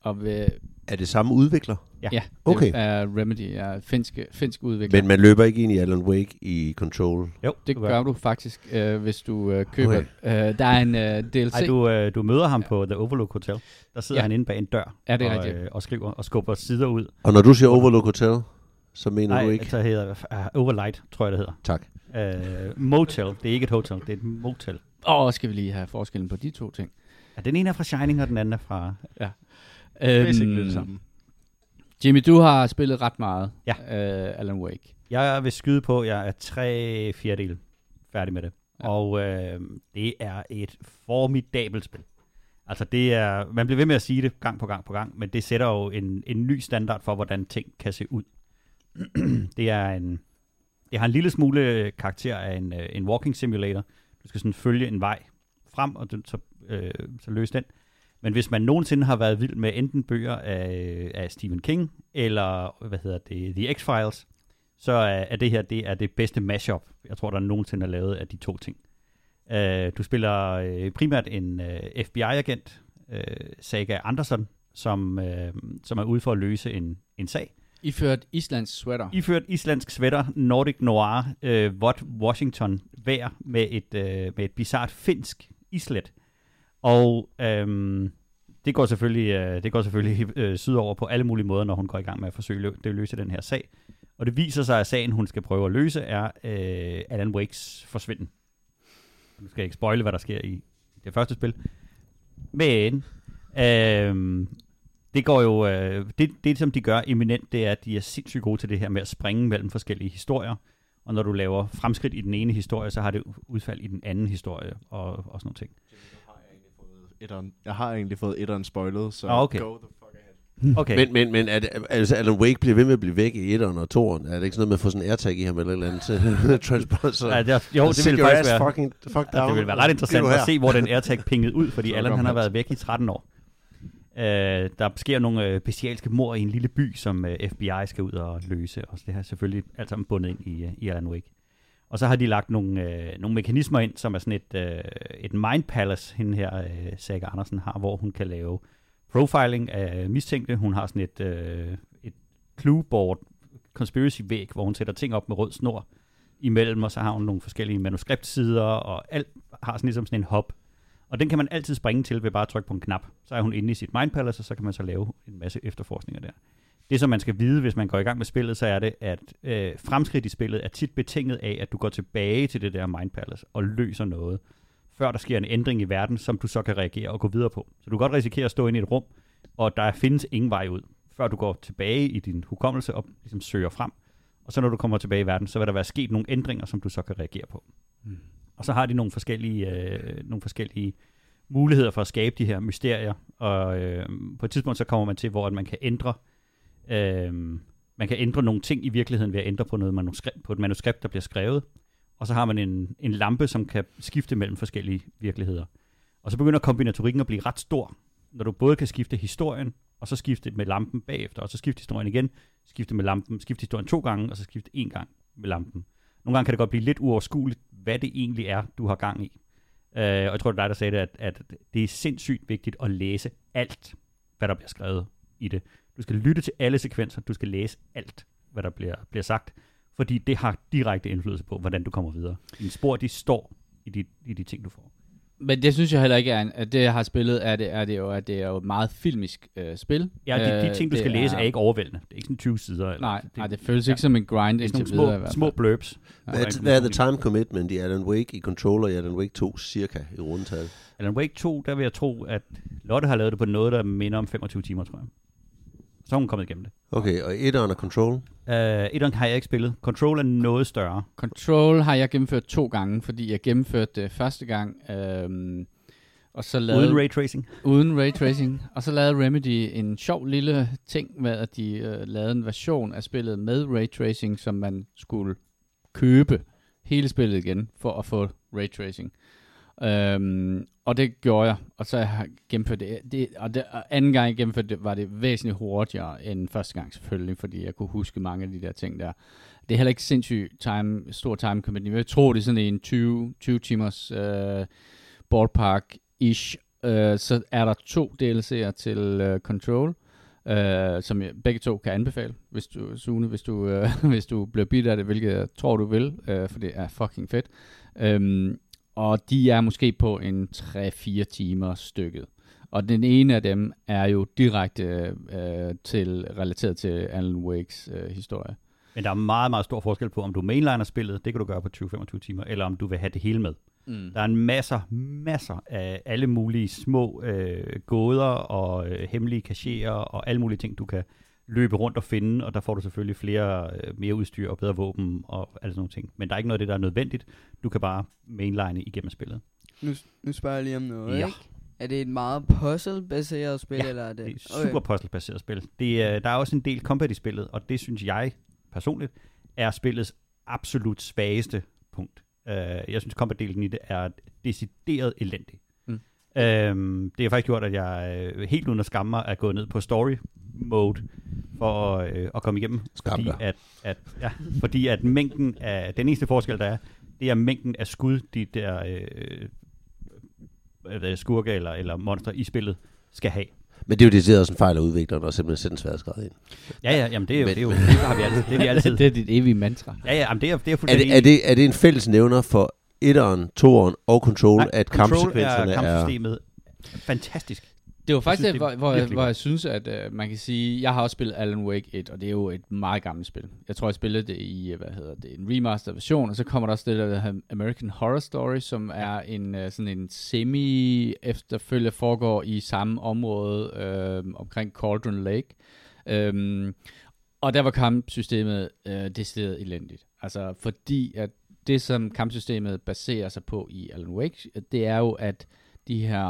Og ved, Er det samme udvikler? Ja. ja, det Okay. er Remedy, er finsk, finsk udvikler. Men man løber ikke ind i Alan Wake i Control? Jo, Det du gør du faktisk, øh, hvis du øh, køber. Okay. Øh, der er en øh, D L C. Ej, du, øh, du møder ham på The Overlook Hotel. Der sidder Ja. han inde bag en dør Ja, det er og, rigtigt. øh, og skriver og skubber sider ud. Og når du siger Overlook Hotel, så mener Nej, du ikke? så hedder uh, Overlight, tror jeg det hedder. Tak. Uh, motel, det er ikke et hotel, det er et motel. Åh, skal vi lige have forskellen på de to ting. Ja, den ene er fra Shining, og den anden er fra... Basically Øhm, det samme. Jimmy, du har spillet ret meget Ja. øh, Alan Wake. Jeg vil skyde på, at jeg er tre fjerdedel færdig med det. Ja. Ja. Og øh, det er et formidabelt spil. Altså det er, man bliver ved med at sige det gang på gang på gang, men det sætter jo en, en ny standard for, hvordan ting kan se ud. det er en, det har en lille smule karakter af en, en walking simulator. Du skal sådan følge en vej frem, og så, øh, så løse den. Men hvis man nogensinde har været vild med enten bøger af, af Stephen King, eller hvad hedder det, The X-Files, så er, er det her det er det bedste mashup, jeg tror, der nogensinde er lavet af de to ting. Uh, du spiller uh, primært en uh, F B I-agent, uh, Saga Anderson, som, uh, som er ude for at løse en, en sag. Iført Islands sweater. Iført islandsk sweater, Nordic Noir, uh, vådt Washington vejr med et, uh, med et bizart finsk islet. Og um, det går selvfølgelig, uh, det går selvfølgelig uh, sydover på alle mulige måder, når hun går i gang med at forsøge lø- at løse den her sag. Og det viser sig, at sagen, hun skal prøve at løse, er uh, Alan Wakes forsvinden. Nu skal jeg ikke spoile, hvad der sker i det første spil. Men øhm, det går jo... Øh, det, det, som de gør eminent, det er, at de er sindssygt gode til det her med at springe mellem forskellige historier. Og når du laver fremskridt i den ene historie, så har det udfald i den anden historie og, og sådan nogle ting. Jeg har egentlig fået etteren spoilet, så Ah, okay. go the fuck ahead. Okay. Men, men, men er det, altså Alan Wake bliver ved med at blive væk i etteren og toeren. Er det ikke sådan noget med at få sådan en AirTag i ham eller et eller andet til transport? Så Ja, det er, jo, det sit vil your faktisk ass være... fucking, fuck Ja, down. det vil være ret interessant at se, hvor den AirTag pingede ud, fordi Så Allan kom han har han. været væk i tretten år. Uh, der sker nogle øh, bestialske mord i en lille by, som øh, F B I skal ud og løse, og det har selvfølgelig alt sammen bundet ind i, øh, i Alan Wake. Og så har de lagt nogle, øh, nogle mekanismer ind, som er sådan et, øh, et mind palace, hende her, øh, Saga Andersen har, hvor hun kan lave profiling af mistænkte. Hun har sådan et, øh, et clueboard, conspiracy-væg, hvor hun sætter ting op med rød snor imellem, og så har hun nogle forskellige manuskriptsider, og alt har sådan ligesom sådan en hub. Og den kan man altid springe til ved bare at trykke på en knap. Så er hun inde i sit mind palace, og så kan man så lave en masse efterforskninger der. Det, som man skal vide, hvis man går i gang med spillet, så er det, at øh, fremskridt i spillet er tit betinget af, at du går tilbage til det der mind palace og løser noget, før der sker en ændring i verden, som du så kan reagere og gå videre på. Så du kan godt risikere at stå inde i et rum, og der findes ingen vej ud, før du går tilbage i din hukommelse og ligesom søger frem. Og så når du kommer tilbage i verden, så vil der være sket nogle ændringer, som du så kan reagere på. Mm. Og så har de nogle forskellige, øh, nogle forskellige muligheder for at skabe de her mysterier, og øh, på et tidspunkt så kommer man til, hvor man kan ændre Øhm, man kan ændre nogle ting i virkeligheden ved at ændre på, noget manuskript, på et manuskript, der bliver skrevet. Og så har man en, en lampe, som kan skifte mellem forskellige virkeligheder. Og så begynder kombinatorikken at blive ret stor, når du både kan skifte historien, og så skifte med lampen bagefter, og så skifte historien igen, skifte med lampen, skifte historien to gange, og så skifte en gang med lampen. Nogle gange kan det godt blive lidt uoverskueligt, hvad det egentlig er, du har gang i. Øh, og jeg tror, det er dig, der sagde det, at, at det er sindssygt vigtigt at læse alt, hvad der bliver skrevet i det. Du skal lytte til alle sekvenser, du skal læse alt, hvad der bliver, bliver sagt, fordi det har direkte indflydelse på, hvordan du kommer videre. Dine spor, de står i de, i de ting, du får. Men det synes jeg heller ikke er, en, at det jeg har spillet, er det, er det jo, at det er jo et meget filmisk øh, spil. Ja, de, de ting, du Øh, skal det læse, er ikke overvældende. Det er ikke sådan tyve sider. Eller, Nej, det, nej, det føles ikke som en grind det er indtil sådan videre i nogle hvert små, fald. små blurbs. Hvad er, hvad er the time commitment i Alan Wake i Controller i Alan Wake to cirka i rundetal? Alan Wake to, der vil jeg tro, at Lotte har lavet det på noget, der minder om femogtyve timer, tror jeg. Så er hun kommet igennem det. Okay, og etteren og Control? Uh, etteren har jeg ikke spillet. Control er noget større. Control har jeg gennemført to gange, fordi jeg gennemførte det første gang, øhm, og så lavede, Uden raytracing. uden raytracing, og så lavede Remedy en sjov lille ting med, at de øh, lavede en version af spillet med raytracing, som man skulle købe hele spillet igen for at få raytracing. Øhm, og det gjorde jeg, og så har jeg gennemført det, det, og, det, og anden gang jeg gennemførte det, var det væsentligt hurtigere end første gang selvfølgelig, fordi jeg kunne huske mange af de der ting der. Det er heller ikke sindssygt time, stor time commitment. Jeg tror, det er sådan en tyve, tyve timers uh, ballpark-ish øh, så er der to D L C'er til øh, Control, øh, som jeg, begge to kan anbefale, hvis du, Sune, hvis du, øh, hvis du bliver bidt af det, hvilket jeg tror, du vil, øh, for det er fucking fedt. Øhm, og de er måske på en tre fire timer stykket. Og den ene af dem er jo direkte øh, til, relateret til Alan Wakes øh, historie. Men der er meget, meget stor forskel på, om du mainliner spillet, det kan du gøre på tyve til femogtyve timer, eller om du vil have det hele med. Mm. Der er en masser, masser af alle mulige små øh, gåder og øh, hemmelige cacherer og alle mulige ting, du kan løbe rundt og finde, og der får du selvfølgelig flere, øh, mere udstyr og bedre våben og alle sådan nogle ting. Men der er ikke noget af det, der er nødvendigt. Du kan bare mainline igennem spillet. Nu, nu spørger jeg lige om noget, ja. ikke? Er det et meget puzzle-baseret spil, ja, eller er det? det er et super okay. puzzle-baseret spil. Det er, der er også en del combat i spillet, og det synes jeg personligt er spillets absolut svageste punkt. Uh, jeg synes, combat-delen i det er decideret elendig. Mm. Uh, det har faktisk gjort, at jeg uh, helt uden at skamme mig er gået ned på story-mode for uh, at komme igennem. Fordi at, at, ja, fordi at mængden af, den eneste forskel, der er, det er mængden af skud, de der uh, skurke eller, eller monster i spillet skal have. Men det er jo det, der er sådan en fejl af udvikleren, og simpelthen sætte en sværhedsgrad ind. Ja, ja, jamen det er jo, det er jo, det har vi altid. Det er vi altid. Det er dit evige mantra. Ja, ja, jamen det er, det er er det, er det, er det en fælles nævner for etteren, toeren og Control, Nej, at Control kampsekvenserne er... kampsystemet er fantastisk. Det var faktisk jeg synes, det, det hvor, hvor, jeg, hvor jeg synes, at uh, man kan sige, jeg har også spillet Alan Wake et, og det er jo et meget gammelt spil. Jeg tror, jeg spillede det i, hvad hedder det, en remaster version, og så kommer der også det, der hedder American Horror Story, som er en uh, sådan en semi-efterfølger, foregår i samme område uh, omkring Cauldron Lake. Um, og der var kampsystemet uh, decideret elendigt. Altså, fordi at det, som kampsystemet baserer sig på i Alan Wake, det er jo, at de her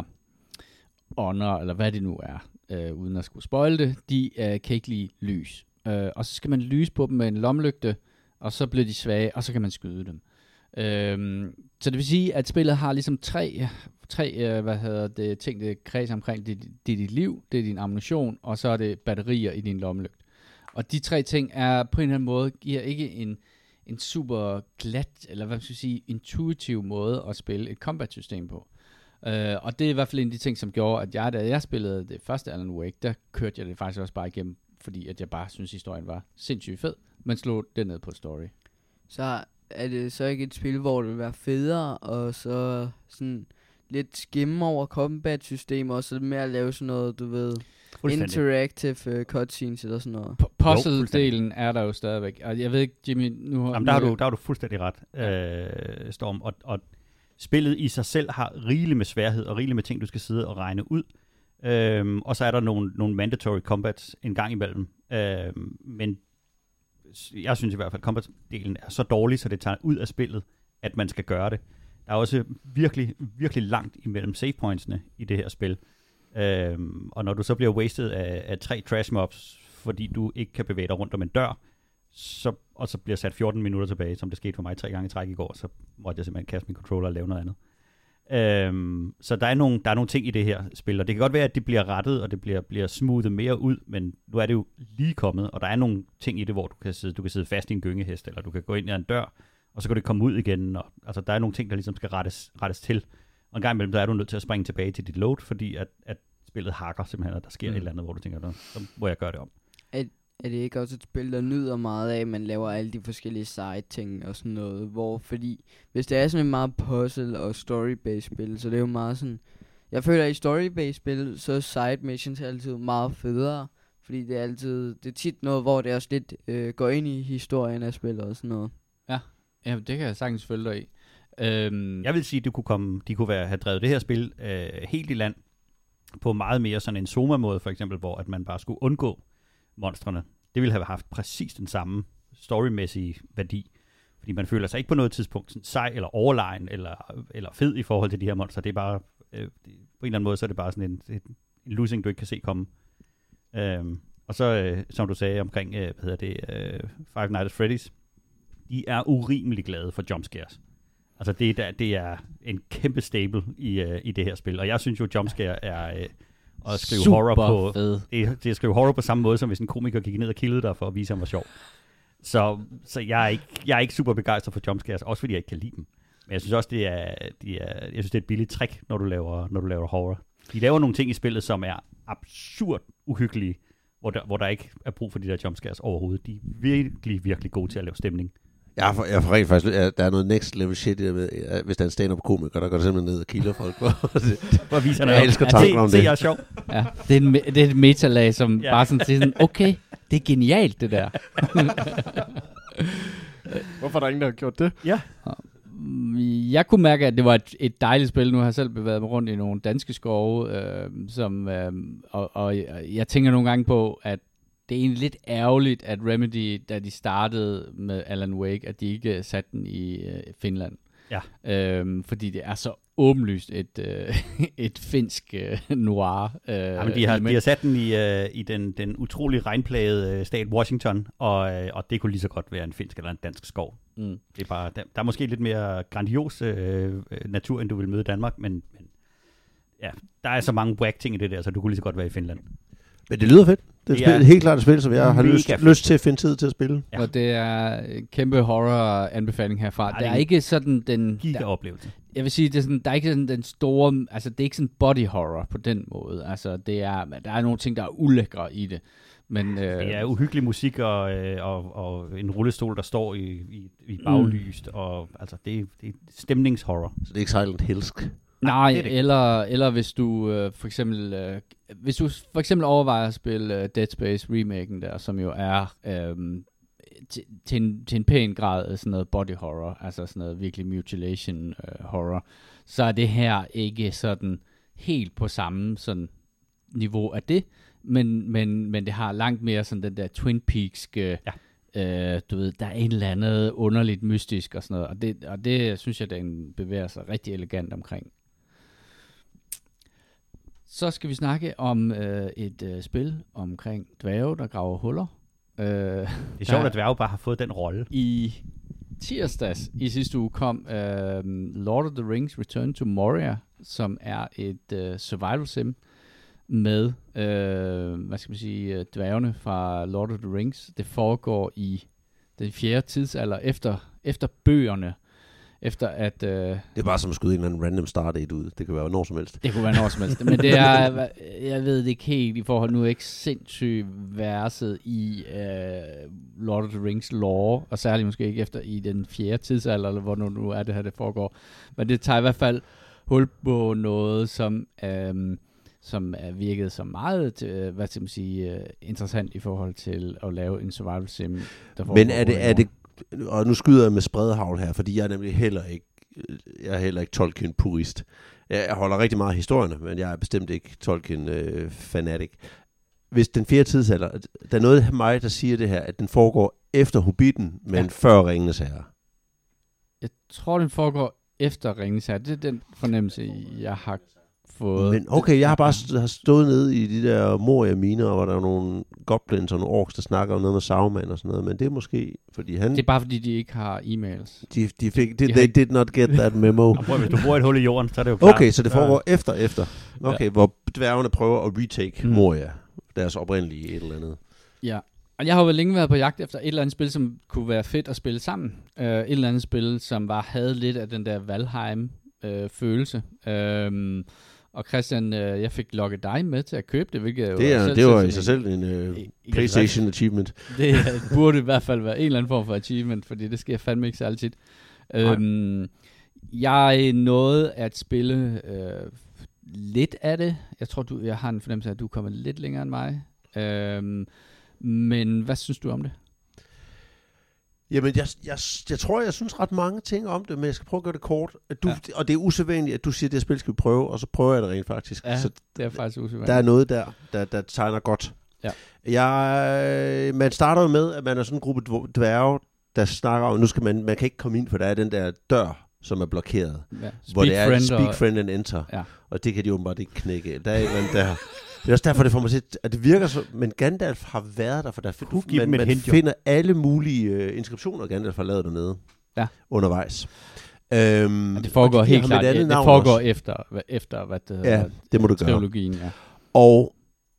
ånder, eller hvad det nu er, øh, uden at skulle spoile det, de øh, kan ikke lide lys. Øh, og så skal man lyse på dem med en lommelygte, og så bliver de svage, og så kan man skyde dem. Øh, så det vil sige, at spillet har ligesom tre, tre øh, hvad hedder det, ting, det kredser omkring. Det, det er dit liv, det er din ammunition, og så er det batterier i din lommelygt. Og de tre ting er på en eller anden måde, giver ikke en, en super glat, eller hvad skal jeg sige, intuitiv måde at spille et combat-system på. Uh, og det er i hvert fald en af de ting, som gjorde, at jeg, da jeg spillede det første Alan Wake, der kørte jeg det faktisk også bare igennem, fordi at jeg bare synes historien var sindssygt fed, men slog det ned på story. Så er det så ikke et spil, hvor det vil være federe, og så sådan lidt skimme over combat-systemer, og så med at lave sådan noget, du ved, interactive uh, cutscenes eller sådan noget. P- Puzzle-delen er der jo stadigvæk, og jeg ved ikke, Jimmy, nu har... Jamen, der har du, der har du fuldstændig ret, øh, Storm, og, og spillet i sig selv har rigeligt med sværhed og rigeligt med ting, du skal sidde og regne ud. Øhm, og så er der nogle, nogle mandatory combats en gang imellem. Øhm, men jeg synes i hvert fald, at combat-delen er så dårlig, så det tager ud af spillet, at man skal gøre det. Der er også virkelig, virkelig langt imellem save pointsene i det her spil. Øhm, og når du så bliver wasted af, af tre trash mobs, fordi du ikke kan bevæge dig rundt om en dør, så, og så bliver sat fjorten minutter tilbage, som det skete for mig tre gange i træk i går, så måtte jeg simpelthen kaste min controller og lave noget andet. Øhm, så der er, nogle, der er nogle ting i det her spil, og det kan godt være, at det bliver rettet, og det bliver, bliver smoothet mere ud, men nu er det jo lige kommet, og der er nogle ting i det, hvor du kan sidde, du kan sidde fast i en gyngehest, eller du kan gå ind i en dør, og så kan du komme ud igen, og altså, der er nogle ting, der ligesom skal rettes, rettes til, og en gang imellem, der er du nødt til at springe tilbage til dit load, fordi at, at spillet hakker simpelthen, og der sker mm. et eller andet, hvor du tænker, så må jeg gøre det om. Er, er det ikke også et spil, der nyder meget af, at man laver alle de forskellige side-ting og sådan noget, hvor, fordi hvis det er sådan en meget puzzle- og story-based spil, så det er jo meget sådan, jeg føler, at i story-based spil, så er side missions altid meget federe, fordi det er altid, det er tit noget, hvor det også lidt øh, går ind i historien af spillet og sådan noget. Ja, ja, det kan jeg sagtens følge dig i. Øhm. Jeg vil sige, at de kunne, komme, de kunne være, have drevet det her spil øh, helt i land på meget mere sådan en Soma-måde, for eksempel, hvor at man bare skulle undgå monstrene. Det ville have haft præcis den samme storymæssige værdi, fordi man føler sig ikke på noget tidspunkt sådan sej eller overlegen eller, eller fed i forhold til de her monstre. Det er bare, øh, det, på en eller anden måde, så er det bare sådan en, en, en losing, du ikke kan se komme. Øhm, og så, øh, som du sagde omkring, øh, hvad hedder det, øh, Five Nights at Freddy's, de er urimelig glade for jumpscares. Altså det, der, det er en kæmpe staple i, uh, i det her spil, og jeg synes jo, jumpscare er uh, at skrive super horror på. Fed. Det, det er at skrive horror på samme måde, som hvis en komiker gik ned og killede dig for at vise, at han var sjov. Så, så jeg, er ikke, jeg er ikke super begejstret for jumpscares, også fordi jeg ikke kan lide dem. Men jeg synes også, det er, de er, jeg synes, det er et billigt trick, når du laver, når du laver horror. De laver nogle ting i spillet, som er absurd uhyggelige, hvor der, hvor der ikke er brug for de der jumpscares overhovedet. De er virkelig, virkelig gode til at lave stemning. Jeg er, for, jeg er for rent faktisk, at der er noget next level shit i det med, at hvis der er en stand-up komiker, der går det simpelthen ned og kilder folk. Hvor viser jeg elsker tanken om se, det. Se, jeg er sjov. Ja, det er, en, det er et metalag, som Ja. bare sådan siger sådan, okay, det er genialt det der. Hvorfor er der ingen, der har gjort det? Ja. Jeg kunne mærke, at det var et, et dejligt spil. Nu har jeg selv bevæget mig rundt i nogle danske skove, øh, som, øh, og, og jeg tænker nogle gange på, at det er egentlig lidt ærgerligt, at Remedy, da de startede med Alan Wake, at de ikke satte den i øh, Finland. Ja. Øhm, fordi det er så åbenlyst et, øh, et finsk øh, noir. Øh, Ja, men de har, de har sat den i, øh, i den, den utrolig regnplagede øh, stat Washington, og, øh, og det kunne lige så godt være en finsk eller en dansk skov. Mm. Det er bare, der, der er måske lidt mere grandios øh, natur, end du vil møde i Danmark, men, men ja, der er så mange whack ting i det der, så du kunne lige så godt være i Finland. Men det lyder fedt. Det er, Det spil, er helt klart et spil, som jeg har mega lyst, fedt. lyst til at finde tid til at spille. Ja. Ja. Og det er en kæmpe horror-anbefaling herfra. Ej, Der det er er en ikke sådan den... Giga Der, oplevelse. jeg vil sige, det er sådan, der er ikke sådan den store... Altså, det er ikke sådan body horror på den måde. Altså, det er, der er nogle ting, der er ulækre i det. Men, øh, Det er uhyggelig musik og, øh, og, og en rullestol, der står i, i, i baglyst, mm. og altså, det, er, det er stemningshorror. Så det er ikke Silent Hillsk. Nej, det er det ikke. eller, eller hvis du øh, for eksempel øh, hvis du for eksempel overvejer at spille øh, Dead Space remaken der, som jo er øh, til, til, en, til en pæn grad af sådan noget body horror, altså sådan noget virkelig mutilation øh, horror, så er det her ikke sådan helt på samme sådan niveau af det, men, men, men det har langt mere sådan den der Twin Peaks-ske, ja. øh, du ved, der er et eller andet underligt mystisk og sådan noget, og det, og det synes jeg, den bevæger sig rigtig elegant omkring. Så skal vi snakke om øh, et øh, spil omkring dværge, der graver huller. Øh, Det er sjovt, at dværge bare har fået den rolle. I tirsdags i sidste uge kom øh, Lord of the Rings Return to Moria, som er et øh, survival sim med, øh, hvad skal man sige, øh, dværgene fra Lord of the Rings. Det foregår i den fjerde tidsalder efter, efter bøgerne. Efter at... Øh, Det er bare som at skyde en eller anden random stardate ud. Det kan være når som helst. Det kunne være når som helst. Men det er, jeg ved det ikke helt i forhold, nu er jeg ikke sindssygt verset i uh, Lord of the Rings lore, og særligt måske ikke efter i den fjerde tidsalder, eller hvor nu, nu er det her, det foregår. Men det tager i hvert fald hul på noget, som, um, som er virket så meget, uh, hvad skal man sige, uh, interessant i forhold til at lave en survival sim. Der Men er det, er det, og nu skyder jeg med spredhavl her, fordi jeg er nemlig heller ikke, jeg er heller ikke Tolkien-purist. Jeg holder rigtig meget af historierne, men jeg er bestemt ikke Tolkien-fanatic. Hvis den fjerde tidsalder, der er noget af mig, der siger det her, at den foregår efter Hobbiten, men ja. før Ringenes Herre. Jeg tror, den foregår efter Ringenes Herre. Det er den fornemmelse, jeg har fået. Men okay, jeg har bare st- har stået nede i de der Moria-miner, hvor der er nogle goblins og nogle orks, der snakker om noget med Sauron og sådan noget, men det er måske, fordi han... Det er bare, fordi de ikke har e-mails. De, de fik, de, De they ikke... did not get that memo. Og prøv, hvis du bor et hul i jorden, så er det jo klart. Okay, så det foregår ja. efter, efter. Okay, ja. Hvor dværgene prøver at retake mm. Moria, deres oprindelige et eller andet. Ja, og jeg har jo længe været på jagt efter et eller andet spil, som kunne være fedt at spille sammen. Uh, et eller andet spil, som bare havde lidt af den der Valheim-følelse. Uh, um, Og Christian, øh, jeg fik lukket dig med til at købe det, hvilket jo det, er, selv det var i en, sig selv en uh, i, i PlayStation achievement. Det burde i hvert fald være en eller anden form for achievement, fordi det sker fandme ikke særlig tit. Øhm, jeg nåede at spille øh, lidt af det. Jeg tror, du, jeg har en fornemmelse af, at du er kommet lidt længere end mig. Øhm, men hvad synes du om det? Jamen, jeg, jeg, jeg tror, jeg synes ret mange ting om det, men jeg skal prøve at gøre det kort. At du, ja. Og det er usædvanligt, at du siger, at det her spil skal vi prøve, og så prøver jeg det rent faktisk. Ja, så det er faktisk usædvanligt. Der er noget der, der, der tegner godt. Ja. Jeg, man starter jo med, at man er sådan en gruppe dværge, der snakker om, nu skal man, man kan ikke komme ind, for der er den der dør, som er blokeret. Ja. Hvor det er speak og... friend and enter. Ja. Og det kan de åbenbart ikke knække. Der er et eller andet der... Det er også derfor, det får mig til, at det virker så... Men Gandalf har været der, for der find, man, man hint, finder alle mulige uh, inskriptioner, Gandalf har lavet dernede. Ja. Undervejs. Øhm, det foregår de helt klart. Det foregår også. efter, efter, hvad det hedder. Ja, det må du gøre. Trilogien, ja. Og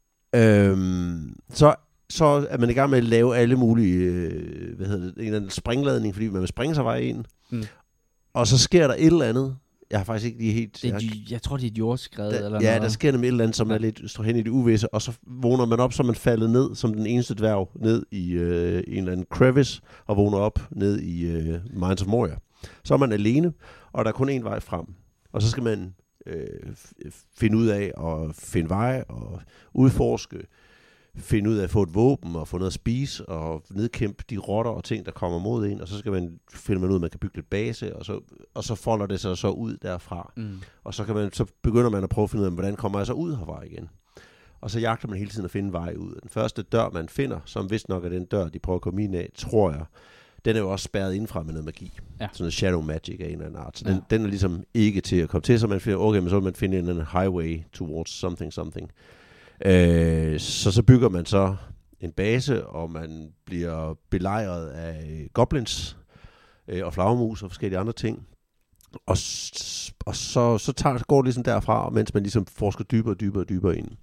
øhm, så, så er man i gang med at lave alle mulige... Øh, hvad hedder det? En eller anden springladning, fordi man vil springe sig vej ind. Mm. Og så sker der et eller andet Jeg har faktisk ikke lige helt... Det er, jeg, de, jeg tror, det er et jordskred der, eller ja, noget. der sker nemlig et eller andet, som ja. er lidt står hen i det uvisse, og så vågner man op, så er man faldet ned som den eneste dværg ned i øh, en eller anden crevice, og vågner op ned i øh, Mines of Moria. Så er man alene, og der er kun én vej frem. Og så skal man øh, finde ud af at finde vej og udforske, finde ud af at få et våben og få noget at spise og nedkæmpe de rotter og ting, der kommer mod en, og så skal man finde man ud af, at man kan bygge lidt base, og så, og så folder det sig så ud derfra. Mm. Og så, kan man, så begynder man at prøve at finde ud af, hvordan kommer jeg så ud herfra igen. Og så jagter man hele tiden at finde vej ud. Den første dør, man finder, som vist nok er den dør, de prøver at komme ind af, tror jeg, den er jo også spærret indenfra med noget magi. Ja. Sådan noget shadow magic af en eller anden art. Så den, ja. den er ligesom ikke til at komme til, så man finder, okay, men så vil man finde en eller anden highway towards something, something. Øh, så så bygger man så en base, og man bliver belejret af goblins øh, og flagermus og forskellige andre ting. Og, og så, så tager, går det ligesom derfra, mens man ligesom forsker dybere og dybere og dybere ind.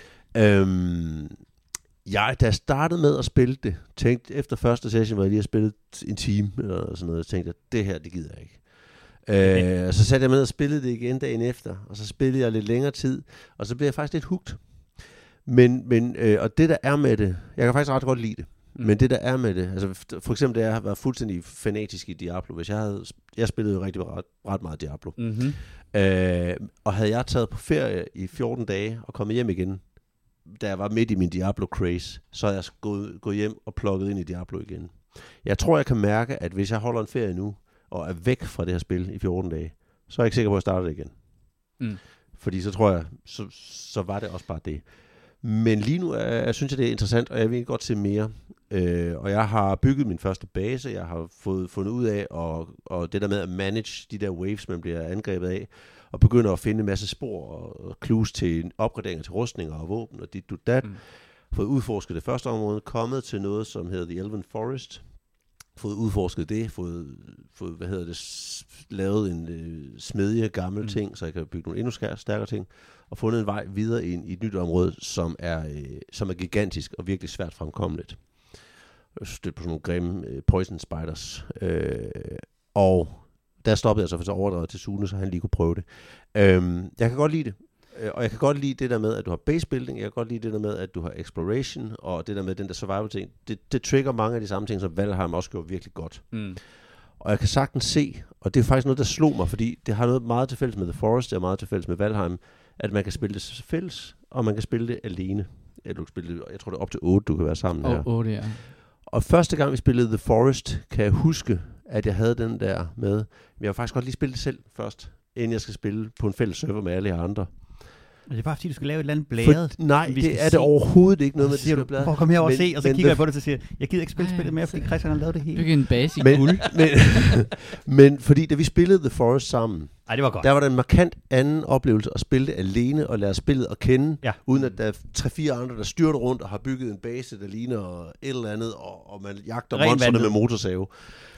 Øhm, jeg, da jeg startede med at spille det, tænkte efter første session, hvor jeg lige har spillet en time eller sådan noget, tænkte jeg, det her, det gider jeg ikke. Okay. Øh, så satte jeg med og spillede det igen dagen efter, og så spillede jeg lidt længere tid, og så blev jeg faktisk lidt hooked. Men, men øh, og det der er med det, jeg kan faktisk ret godt lide det, mm. men det der er med det, altså for eksempel det, jeg har været fuldstændig fanatisk i Diablo, hvis jeg havde, jeg spillede jo rigtig ret, ret meget Diablo, mm-hmm. øh, og havde jeg taget på ferie i fjorten dage og kommet hjem igen, da jeg var midt i min Diablo-craze, så havde jeg gået, gået hjem og plukket ind i Diablo igen. Jeg tror, jeg kan mærke, at hvis jeg holder en ferie nu, og er væk fra det her spil i fjorten dage, så er jeg ikke sikker på, at jeg starter det igen. Mm. Fordi så tror jeg, så, så var det også bare det. Men lige nu er, jeg synes jeg, det er interessant, og jeg vil godt se mere. Øh, og jeg har bygget min første base, jeg har fået fundet ud af, og, og det der med at manage de der waves, man bliver angrebet af, og begynder at finde en masse spor og clues til opgraderinger til rustninger og våben, og dit du dat. Mm. Fået udforsket det første område, kommet til noget, som hedder The Elven Forest, fået udforsket det, fået, fået hvad hedder det, lavet en øh, smedje gammel mm. ting, så jeg kan bygge nogle endnu stærkere ting, og fundet en vej videre ind i et nyt område, som er, øh, som er gigantisk og virkelig svært fremkommeligt. Jeg stødte på sådan nogle grimme øh, poison spiders, øh, og der stoppede jeg så for så overdrevet til Sune, så han lige kunne prøve det. Øh, jeg kan godt lide det. Og jeg kan godt lide det der med, at du har base building, jeg kan godt lide det der med, at du har exploration, og det der med den der survival ting, det, det trigger mange af de samme ting, som Valheim også gjorde virkelig godt. Mm. Og jeg kan sagtens se, og det er faktisk noget, der slog mig, fordi det har noget meget til fælles med The Forest, det er meget til fælles med Valheim, at man kan spille det fælles, og man kan spille det alene. Eller du kan spille det, jeg tror det er op til otte, du kan være sammen her. Oh, otte, ja. Og første gang vi spillede The Forest, kan jeg huske, at jeg havde den der med, men jeg vil faktisk godt lige spille det selv først, inden jeg skal spille på en fælles server med alle andre. Det er bare fordi, du skal lave et eller andet blæret. For, nej, det er det se. Overhovedet ikke noget med, det skal blæret. Prøv at komme herover og se, og så kigger jeg på det og siger, jeg gider ikke spille spillet mere, fordi Christian har lavet det hele. Bygge en base i men, guld. Men, men fordi da vi spillede The Forest sammen, ej, det var godt. Der var der en markant anden oplevelse at spille det alene og lære spillet at kende, ja. Uden at der er tre-fire andre, der styrter rundt og har bygget en base, der ligner et eller andet, og, og man jagter monsterne med motorsave.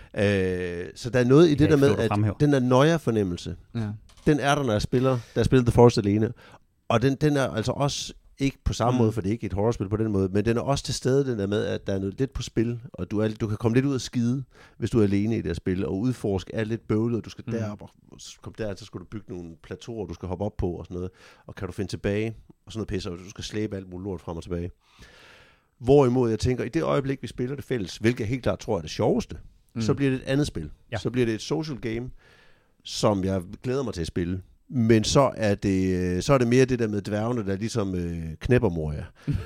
Øh, så der er noget i det der med, at den der nøje-fornemmelse, ja. Den er der, når jeg spiller, da jeg spiller The Forest alene. Og den, den er altså også ikke på samme mm. måde, for det er ikke et horrorspil på den måde, men den er også til stede, den der med, at der er noget lidt på spil, og du, er, du kan komme lidt ud af skide, hvis du er alene i det her spil, og udforske er lidt bøvlet, og du skal mm. derop, og kom der, så skal du bygge nogle plateauer, du skal hoppe op på, og sådan noget, og kan du finde tilbage, og sådan noget pisse, og du skal slæbe alt muligt lort frem og tilbage. Hvorimod jeg tænker, i det øjeblik, vi spiller det fælles, hvilket jeg helt klart tror er det sjoveste, mm. så bliver det et andet spil. Ja. Så bliver det et social game, som jeg glæder mig til at spille. Men så er det så er det mere det der med dværgene, der ligesom øh, knæpper Moria.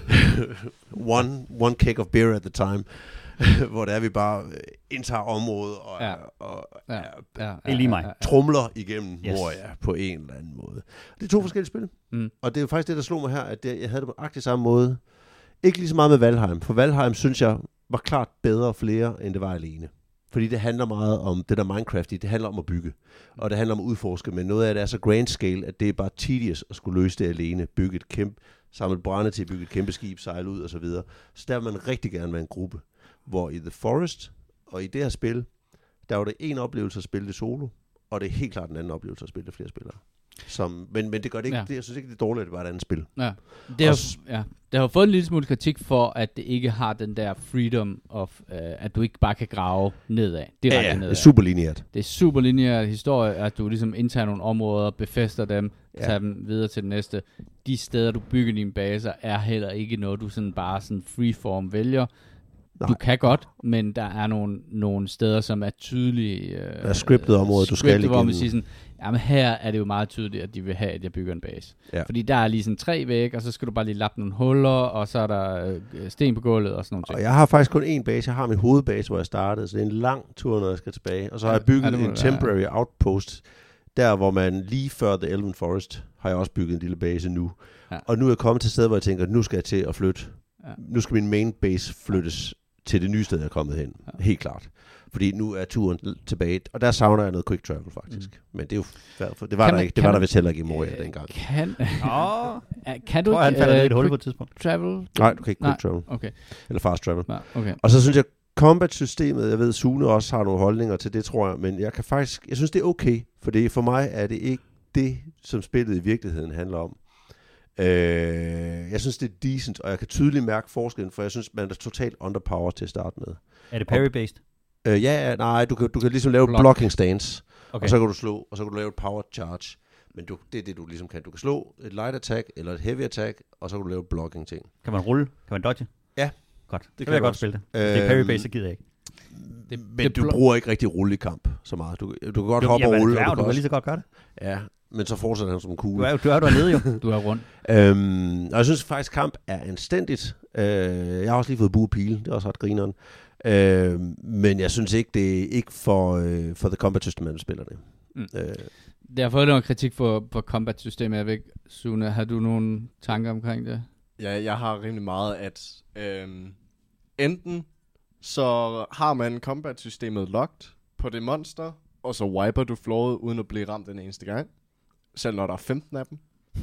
one, one keg of beer at the time. Hvor der vi bare indtager området og, ja. og ja. Ja. Ja. Ja. Lige mig. trumler igennem yes. Moria på en eller anden måde. Det er to forskellige spil. Mm. Og det er jo faktisk det, der slog mig her, at det, jeg havde det på nøjagtig samme måde. Ikke lige så meget med Valheim. For Valheim, synes jeg, var klart bedre og flere, end det var alene. Fordi det handler meget om det der Minecraft i, det handler om at bygge, og det handler om at udforske, men noget af det er så grand scale, at det er bare tedious at skulle løse det alene, bygge et kæmpe, samle brænde til at bygge et kæmpe skib, sejle ud og så videre. Så der vil man rigtig gerne være en gruppe, hvor i The Forest og i det her spil, der var det en oplevelse at spille det solo, og det er helt klart en anden oplevelse at spille det flere spillere. Som, men, men det gør det ikke, Ja. det, jeg synes ikke, det er dårligt, at det var et andet spil. Ja. Det har, Også- ja. det har fået en lille smule kritik for, at det ikke har den der freedom of, uh, at du ikke bare kan grave nedad. Direkte Ja, ja, det nedad. er super lineært. Det er super lineær historie, at du ligesom indtager nogle områder, befæster dem, Ja. tager dem videre til det næste. De steder, du bygger dine baser, er heller ikke noget, du sådan bare sådan freeform vælger. Nej. Du kan godt, men der er nogle, nogle steder, som er tydelige. Øh, Der er scriptet områder, du skal scriptet, hvor man igennem. siger sådan, jamen her er det jo meget tydeligt, at de vil have, at jeg bygger en base. Ja. Fordi der er lige sådan tre væg, og så skal du bare lige lappe nogle huller, og så er der øh, sten på gulvet og sådan nogle ting. Og jeg har faktisk kun én base. Jeg har min hovedbase, hvor jeg startede, så det er en lang tur, når jeg skal tilbage. Og så har Ja, jeg bygget ja, det må en det være, temporary outpost, der hvor man lige før The Elven Forest, har jeg også bygget en lille base nu. Ja. Og nu er jeg kommet til et sted, hvor jeg tænker, nu skal jeg til at flytte. Ja. Nu skal min main base flyttes til det nye sted, jeg er kommet hen. Ja. Helt klart. Fordi nu er turen tilbage, og der savner jeg noget quick travel faktisk. Mm. Men det er jo for det var Kan der man- ikke. Det kan var der man- vist heller ikke i Moria Øh, dengang. Kan, Åh, Er- kan du tror, han ikke falder ned i øh, et hul på quick et tidspunkt. travel? Nej, du kan ikke Nej. quick travel. Okay. Eller fast travel. Ja, okay. Og så synes jeg, combat-systemet, jeg ved, Sune også har nogle holdninger til det, tror jeg, men jeg kan faktisk, jeg synes, det er okay, for det, for mig er det ikke det, som spillet i virkeligheden handler om. Øh, jeg synes, det er decent, og jeg kan tydeligt mærke forskellen, for jeg synes, man er totalt underpowered til at starte med. Er det parry-based? Øh, ja, ja, nej, du kan, du kan ligesom lave Block. et blocking stance, Okay. og så kan du slå, og så kan du lave et power charge. Men du, det er det, du ligesom kan. Du kan slå et light attack, eller et heavy attack, og så kan du lave blocking ting. Kan man rulle? Kan man dodge? Ja. Godt. Det, kan kan jeg du godt også. spille det. Hvis det er Øhm, parry-based, så gider jeg ikke. Det- Men det du blo- bruger ikke rigtig rulle i kamp så meget. Du, du kan godt Du, hoppe og jamen, rulle. dværg, og du kan også- lige så godt gøre det. Ja, men så fortsætter han som en Du kugle. er jo du er dernede jo. Du er rundt. Øhm, og jeg synes faktisk, kamp er anstændigt. Øh, jeg har også lige fået bue og pile. Det er også ret grineren. Øh, men jeg synes ikke, det er ikke for, øh, for the combat system, man spiller det. Mm. Øh, Det har fået noget kritik for, for combat-systemet. Jeg ved ikke, Sune, har du nogle tanker omkring det? Ja, jeg har rimelig meget, at øhm, enten så har man combat-systemet locked på det monster, og så wiper du flowet uden at blive ramt den eneste gang. Selv når der er femten af dem.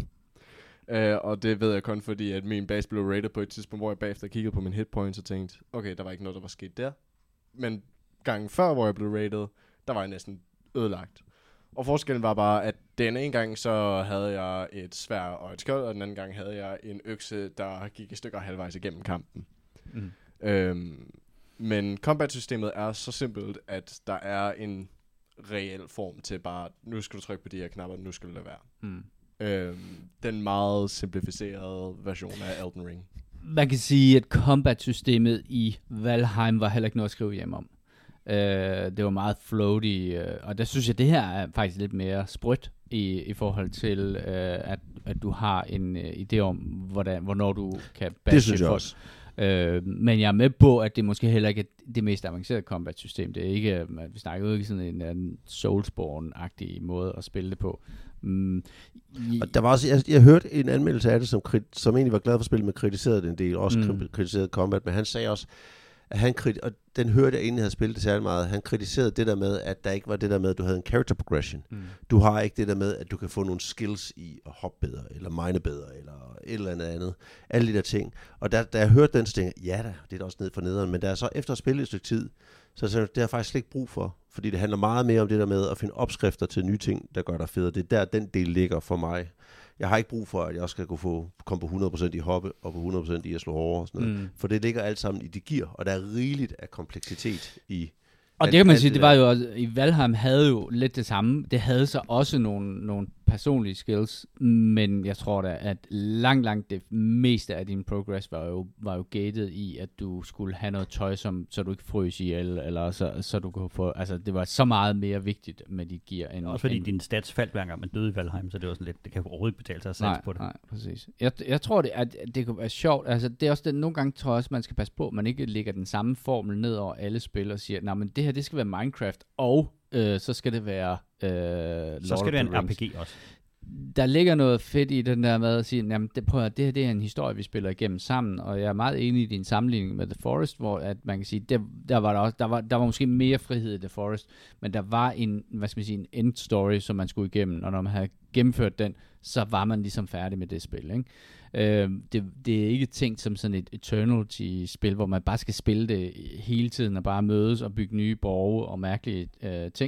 Uh, og det ved jeg kun fordi, at min base blev rated på et tidspunkt, hvor jeg bagefter kiggede på min hitpoints og tænkte, okay, der var ikke noget, der var sket der. Men gangen før, hvor jeg blev rated, der var jeg næsten ødelagt. Og forskellen var bare, at den ene gang, så havde jeg et sværd og et skjold, og den anden gang havde jeg en økse, der gik i stykker halvvejs igennem kampen. Mm. Øhm, men combat-systemet er så simpelt, at der er en reel form til bare, nu skal du trykke på de her knapper, nu skal du lade være. Mm. Øhm, den meget simplificerede version af Elden Ring. Man kan sige, at combat-systemet i Valheim var heller ikke noget at skrive hjem om. Uh, det var meget floaty, uh, og der synes jeg, det her er faktisk lidt mere sprødt i, i forhold til, uh, at, at du har en uh, idé om, hvordan, hvornår du kan bashe det synes jeg folk. også. Øh, men jeg er med på, at det måske heller ikke er det mest avancerede combat-system. Det er ikke, vi snakker jo ikke sådan en, en Soulsborne-agtig måde at spille det på. Mm, i, Og der var også, jeg, jeg hørte en anmeldelse af det, som, krit, som egentlig var glad for spillet, men kritiserede det en del, også Mm. mm. kritiserede combat, men han sagde også, at han krit, og den hørte jeg inden jeg havde spillet det særlig meget, han kritiserede det der med, at der ikke var det der med, at du havde en character progression. mm, Du har ikke det der med, at du kan få nogle skills i at hoppe bedre, eller mine bedre, eller et eller andet andet. Alle de der ting. Og da, da jeg hørte den, så tænkte jeg, ja da, det er da også ned for nederen. Men da jeg så efter at spille et stykke tid, så sagde jeg, det har jeg faktisk slet ikke brug for. Fordi det handler meget mere om det der med at finde opskrifter til nye ting, der gør dig federe. Det er der, den del ligger for mig. Jeg har ikke brug for, at jeg også skal kunne få, komme på hundrede procent i hoppe, og på hundrede procent i at slå hårdere og sådan noget. mm. For det ligger alt sammen i de gear, og der er rigeligt af kompleksitet i. Og alt- det kan man alt sige, det der. var jo også, i Valheim havde jo lidt det samme. Det havde så også nogle, nogle personlige skills, men jeg tror da, at langt, langt det meste af din progress var jo, var jo gated i, at du skulle have noget tøj, som, så du ikke frøs ihjel, eller så, så du kunne få, altså det var så meget mere vigtigt med dit gear. End, Også fordi end, dine stats faldt hver gang man døde i Valheim, så det var sådan lidt, det kan overhovedet ikke betale sig at satse nej, på det. nej, præcis. Jeg, jeg tror, det, at det kunne være sjovt. Altså, det er også det, nogle gange tror jeg også, man skal passe på, at man ikke lægger den samme formel ned over alle spil og siger, nej, men det her, det skal være Minecraft, og øh, så skal det være øh, Lord Så of skal det the være en Rings. R P G også. Der ligger noget fedt i den der med at sige, jamen det, prøv at, det her det er en historie, vi spiller igennem sammen, og jeg er meget enig i din sammenligning med The Forest, hvor at man kan sige, der, der var der også, der var, der var måske mere frihed i The Forest, men der var en, hvad skal man sige, en end story, som man skulle igennem, og når man havde gennemført den, så var man ligesom færdig med det spil, ikke? Øh, det, det er ikke tænkt som sådan et Eternity-spil, hvor man bare skal spille det hele tiden, og bare mødes og bygge nye borge og mærkelige øh, ting.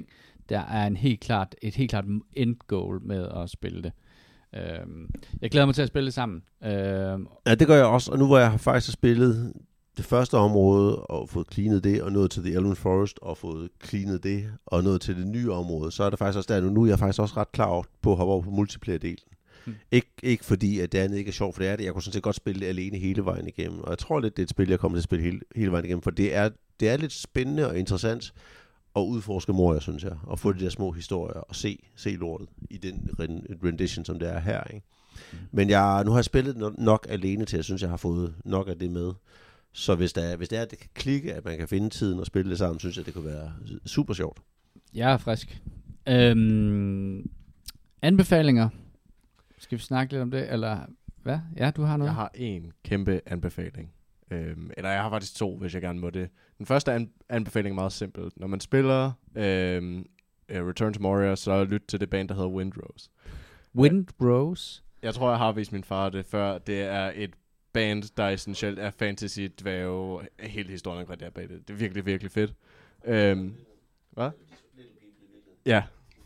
der er en helt klart, et helt klart end goal med at spille det. Øhm, jeg glæder mig til at spille det sammen. Øhm, Ja, det gør jeg også, og nu hvor jeg har faktisk spillet det første område, og fået cleanet det, og nået til The Elven Forest, og fået cleanet det, og nået til det nye område, så er det faktisk også der nu. Nu er jeg faktisk også ret klar på at hoppe over på multiplayer-delen. Hmm. Ik- ikke fordi, at det andet ikke er sjovt, for det er det. Jeg kunne sådan set godt spille det alene hele vejen igennem, og jeg tror lidt, det er et spil, jeg kommer til at spille hele, hele vejen igennem, for det er, det er lidt spændende og interessant at udforske Moria, synes jeg, og få de der små historier, og se, se lortet i den rendition, som det er her, ikke? Hmm. Men jeg, nu har jeg spillet nok alene til, at jeg synes, jeg har fået nok af det med. Så hvis, der er, hvis det er, at det kan klikke, at man kan finde tiden og spille det sammen, synes jeg, det kunne være super sjovt. Jeg er frisk. Øhm, anbefalinger. Skal vi snakke lidt om det, eller hvad? Ja, du har noget? Jeg har en kæmpe anbefaling. Øhm, eller jeg har faktisk to, hvis jeg gerne må det. Den første an- anbefaling er meget simpel. Når man spiller øhm, uh, Return to Moria, så lyt til det band, der hedder Windrose. Windrose? Jeg tror, jeg har vist min far det før. Det er et band, der essentielt er fantasy, dvæve, hele historien omkring det bag det. Det er virkelig, virkelig fedt. Øhm, hvad? Ja.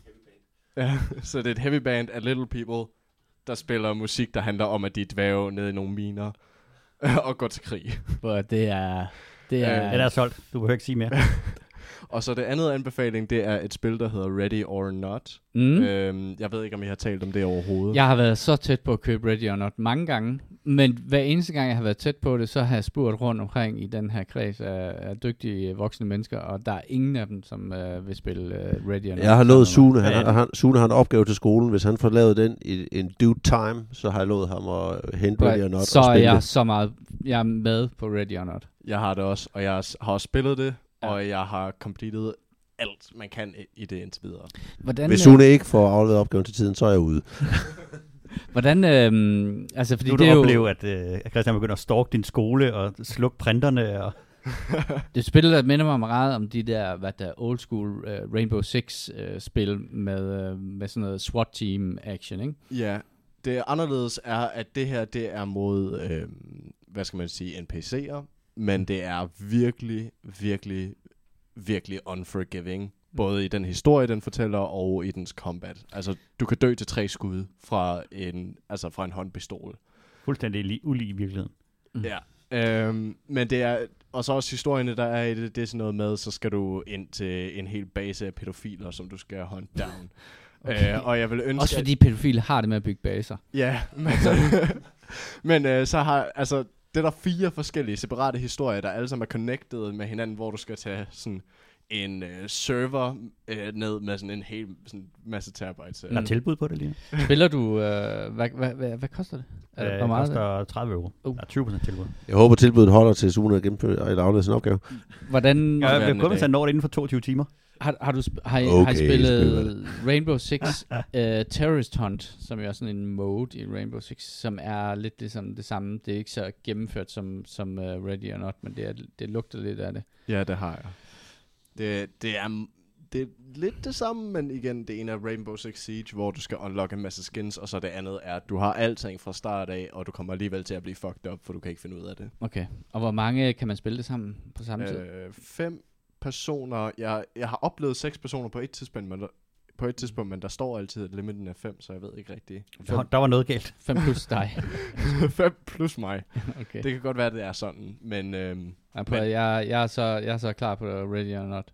Ja, så det er et heavy band af Little People, der spiller musik, der handler om, at de er dvæve nede i nogle miner og går til krig. Hvor det er... Det er... Ja, der er solgt. Du behøver ikke sige mere. Og så det andet anbefaling, det er et spil, der hedder Ready or Not. Mm. Øhm, jeg ved ikke, om I har talt om det overhovedet. Jeg har været så tæt på at købe Ready or Not mange gange, men hver eneste gang, jeg har været tæt på det, så har jeg spurgt rundt omkring i den her kreds af, af dygtige voksne mennesker, og der er ingen af dem, som øh, vil spille øh, Ready or Not. Jeg har lovet Sune, han, han, han, Sune har en opgave til skolen. Hvis han får lavet den i en due time, så har jeg lovet ham at hente Ready or Not så og spille er jeg det. så meget, jeg er med på Ready or Not. Jeg har det også, og jeg har også spillet det, ja. Og jeg har completed alt, man kan i det indtil videre. Hvordan, Hvis Sune ikke får afleveret opgaven til tiden, så er jeg ude. Hvordan, øh, altså fordi nu det du er oplever, at øh, Christian begynder at stalke din skole og slukke printerne. Og det spil, der minder mig meget om de der, hvad der old school uh, Rainbow Six uh, spil med, uh, med sådan noget SWAT team action, ikke? Ja, det anderledes er, at det her, det er mod, øh, hvad skal man sige, N P C'er, men det er virkelig, virkelig, virkelig unforgiving. Både i den historie, den fortæller, og i dens combat. Altså, du kan dø til tre skud fra en, altså fra en håndpistol. fuldstændig li- ulig i virkeligheden. Mm. Ja. Øhm, men det er, og så også historierne, der er i det, det er sådan noget med, så skal du ind til en hel base af pædofiler, som du skal hunt down. Okay. Øh, og jeg vil ønske... Også fordi pædofile har det med at bygge baser. Ja, men, men øh, så har, altså, det er der fire forskellige separate historier, der alle sammen er connected med hinanden, hvor du skal tage sådan en øh, server øh, ned med sådan en hel sådan masse terabytes. Øh. Der er tilbud på det lige nu. Spiller du, øh, hvad, hvad, hvad, hvad koster det? Er Øh, hvor meget det koster tredive euro. Uh. Der er tyve procent tilbud. Jeg håber, tilbuddet holder til Sune at gennemføre eller aflevere sin opgave. Hvordan Ja, være vi en har kun dag. hvis når det inden for toogtyve timer. har, har, du, sp- har, I, Okay, har I spil spillet Rainbow Six uh, Terrorist Hunt, som er sådan en mode i Rainbow Six, som er lidt ligesom det samme. Det er ikke så gennemført som, som uh, Ready or Not, men det, er, det lugter lidt af det. Ja, det har jeg. Det, det er... Det er lidt det samme, men igen, det ene er Rainbow Six Siege, hvor du skal unlock en masse skins, og så det andet er, at du har alting fra start af, og du kommer alligevel til at blive fucked up, for du kan ikke finde ud af det. Okay, og hvor mange kan man spille det sammen på samme tid? Øh, fem personer. Jeg, jeg har oplevet seks personer på et tidspunkt, men der, på et tidspunkt, men der står altid, at limiten er fem, så jeg ved ikke rigtigt. Der, der var noget galt. Fem plus dig. fem plus mig. Okay. Det kan godt være, at det er sådan, men... Øhm, Jeg, på, men- jeg, jeg, er så, jeg er så klar på Ready or Not.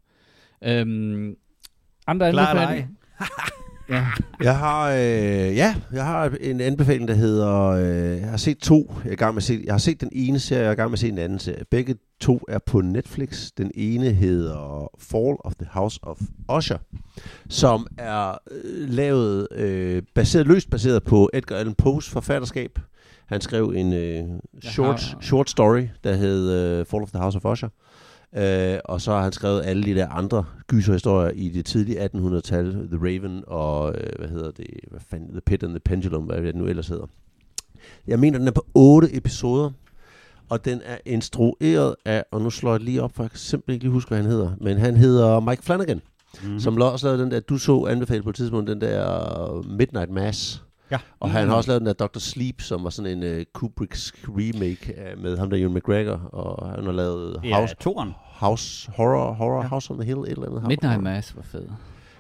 Øhm, andre Klar anbefalinger? Ja. Jeg har, øh, ja, jeg har en anbefaling, der hedder, øh, jeg har set to, jeg er i gang med at se, jeg har set den ene serie, jeg er i gang med at se den anden serie. Begge to er på Netflix. Den ene hedder Fall of the House of Usher, som er øh, lavet, øh, baseret, løst baseret på Edgar Allan Poes forfatterskab. Han skrev en øh, short, har- short story, der hed øh, Fall of the House of Usher. Uh, og så har han skrevet alle de der andre gyserhistorier i det tidlige attenhundredetal, The Raven og, uh, hvad hedder det, hvad fanden, The Pit and the Pendulum, hvad det nu ellers hedder. Jeg mener, den er på otte episoder, og den er instrueret af, og nu slår jeg lige op, for jeg kan simpelthen ikke lige huske, hvad han hedder, men han hedder Mike Flanagan, Mm-hmm. som også lavede den der, du så anbefalet på et tidspunkt, den der Midnight Mass. Ja. Og han har også lavet den der doctor Sleep, som var sådan en uh, Kubricks remake uh, med ham der Ewan McGregor, og han har lavet Ja, House, toren. House Horror, Horror Ja. House on the Hill, et eller andet. Midnight Horror. Mass var fed.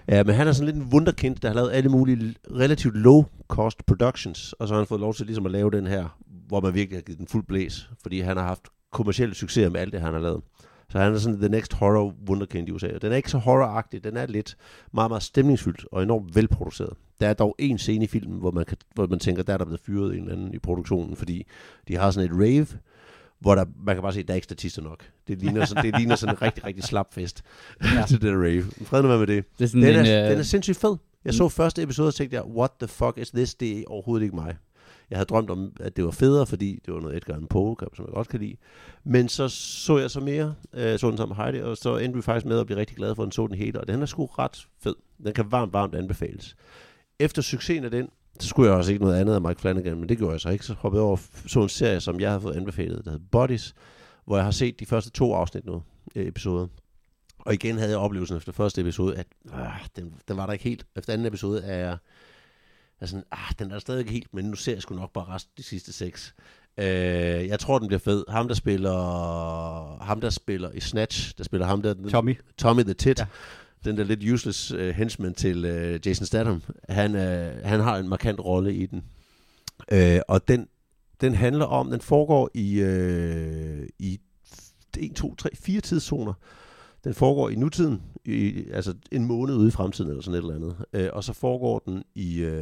Ja, men han er sådan lidt en wunderkind, der har lavet alle mulige relativt low-cost productions, og så har han fået lov til ligesom at lave den her, hvor man virkelig har givet den fuld blæs, fordi han har haft kommercielle succeser med alt det, han har lavet. Så han er sådan the next horror wunderkind i U S A. Den er ikke så horroragtig, den er lidt meget, meget stemningsfyldt og enormt velproduceret. Der er dog en scene i filmen, hvor man, kan, hvor man tænker, der er der blevet fyret en eller anden i produktionen, fordi de har sådan et rave, hvor der, man kan bare se, at der er ikke statister nok. Det ligner sådan, det ligner sådan en rigtig, rigtig slap fest ja. til den rave. Fred nu med det. det er den, en, er, øh... den er sindssygt fed. Jeg så første episode og tænkte, jeg, what the fuck is this? Det er overhovedet ikke mig. Jeg havde drømt om, at det var federe, fordi det var noget Edgar Allan Poe, som jeg godt kan lide. Men så så jeg så mere, øh, så den sammen med Heidi, og så endte vi faktisk med at blive rigtig glade for, at den så den hele, og den er sgu ret fed. Den kan varmt, varmt anbefales. Efter succesen af den, så skulle jeg også ikke noget andet af Mike Flanagan, men det gjorde jeg så ikke. Så hoppede jeg over så en serie, som jeg havde fået anbefalet, der hedder Bodies, hvor jeg har set de første to afsnit nu, episoder. Og igen havde jeg oplevelsen efter første episode, at øh, den, den var der ikke helt. Efter anden episode er jeg er sådan, ah, den er stadig ikke helt, men nu ser jeg sgu nok bare resten de sidste seks. Øh, jeg tror, den bliver fed. Ham, der spiller ham, der spiller i Snatch, der spiller ham der... Tommy. Tommy the Tit. Ja. Den der lidt useless uh, henchman til uh, Jason Statham. Han, uh, han har en markant rolle i den. Uh, og den, den handler om, den foregår i, uh, i en, to, tre, fire tidszoner. Den foregår i nutiden, i, altså en måned ude i fremtiden eller sådan et eller andet. Øh, og så foregår den i, øh,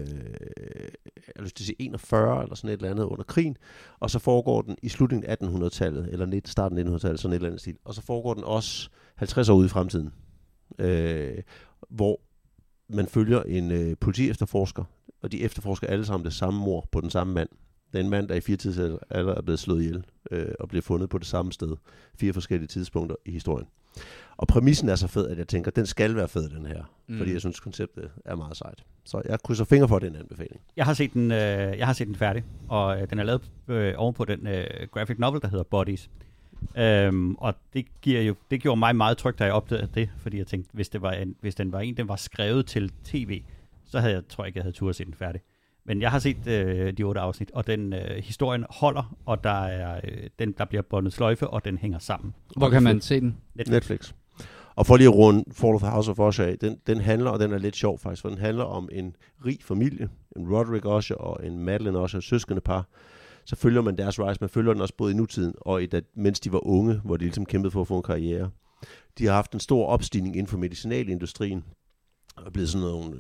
jeg har lyst til at sige enogfyrre eller sådan et eller andet under krigen. Og så foregår den i slutningen af attenhundredetallet, eller starten af nittenhundredetallet, sådan et eller andet stil. Og så foregår den også halvtreds år ude i fremtiden, øh, hvor man følger en øh, politiefterforsker, og de efterforsker alle sammen det samme mord på den samme mand. Det er en mand, der i fire tidsalder er blevet slået ihjel øh, og bliver fundet på det samme sted. Fire forskellige tidspunkter i historien. Og præmissen er så fed, at jeg tænker, at den skal være fed, den her. Mm. Fordi jeg synes, konceptet er meget sejt. Så jeg krydser fingre for den anbefaling. Jeg har set den, øh, jeg har set den færdig, og øh, den er lavet øh, ovenpå den øh, graphic novel, der hedder Bodies. Øhm, og det, giver jo, det gjorde mig meget trygt, da jeg opdagede det, fordi jeg tænkte, hvis, det var en, hvis den var en, den var skrevet til tv, så havde jeg, tror jeg ikke, jeg havde tur at se den færdig. Men jeg har set øh, de otte afsnit, og den øh, historien holder, og der er øh, den, der bliver bundet sløjfe, og den hænger sammen. Hvor kan man se den? Netflix. Netflix. Og for lige at runde Fall of the House of Usher af, den, den handler, og den er lidt sjov faktisk, for den handler om en rig familie, en Roderick Usher og en Madeline Usher, søskende par. Så følger man deres rise, man følger den også både i nutiden, og i da, mens de var unge, hvor de ligesom kæmpede for at få en karriere. De har haft en stor opstigning inden for medicinalindustrien, og blevet sådan nogle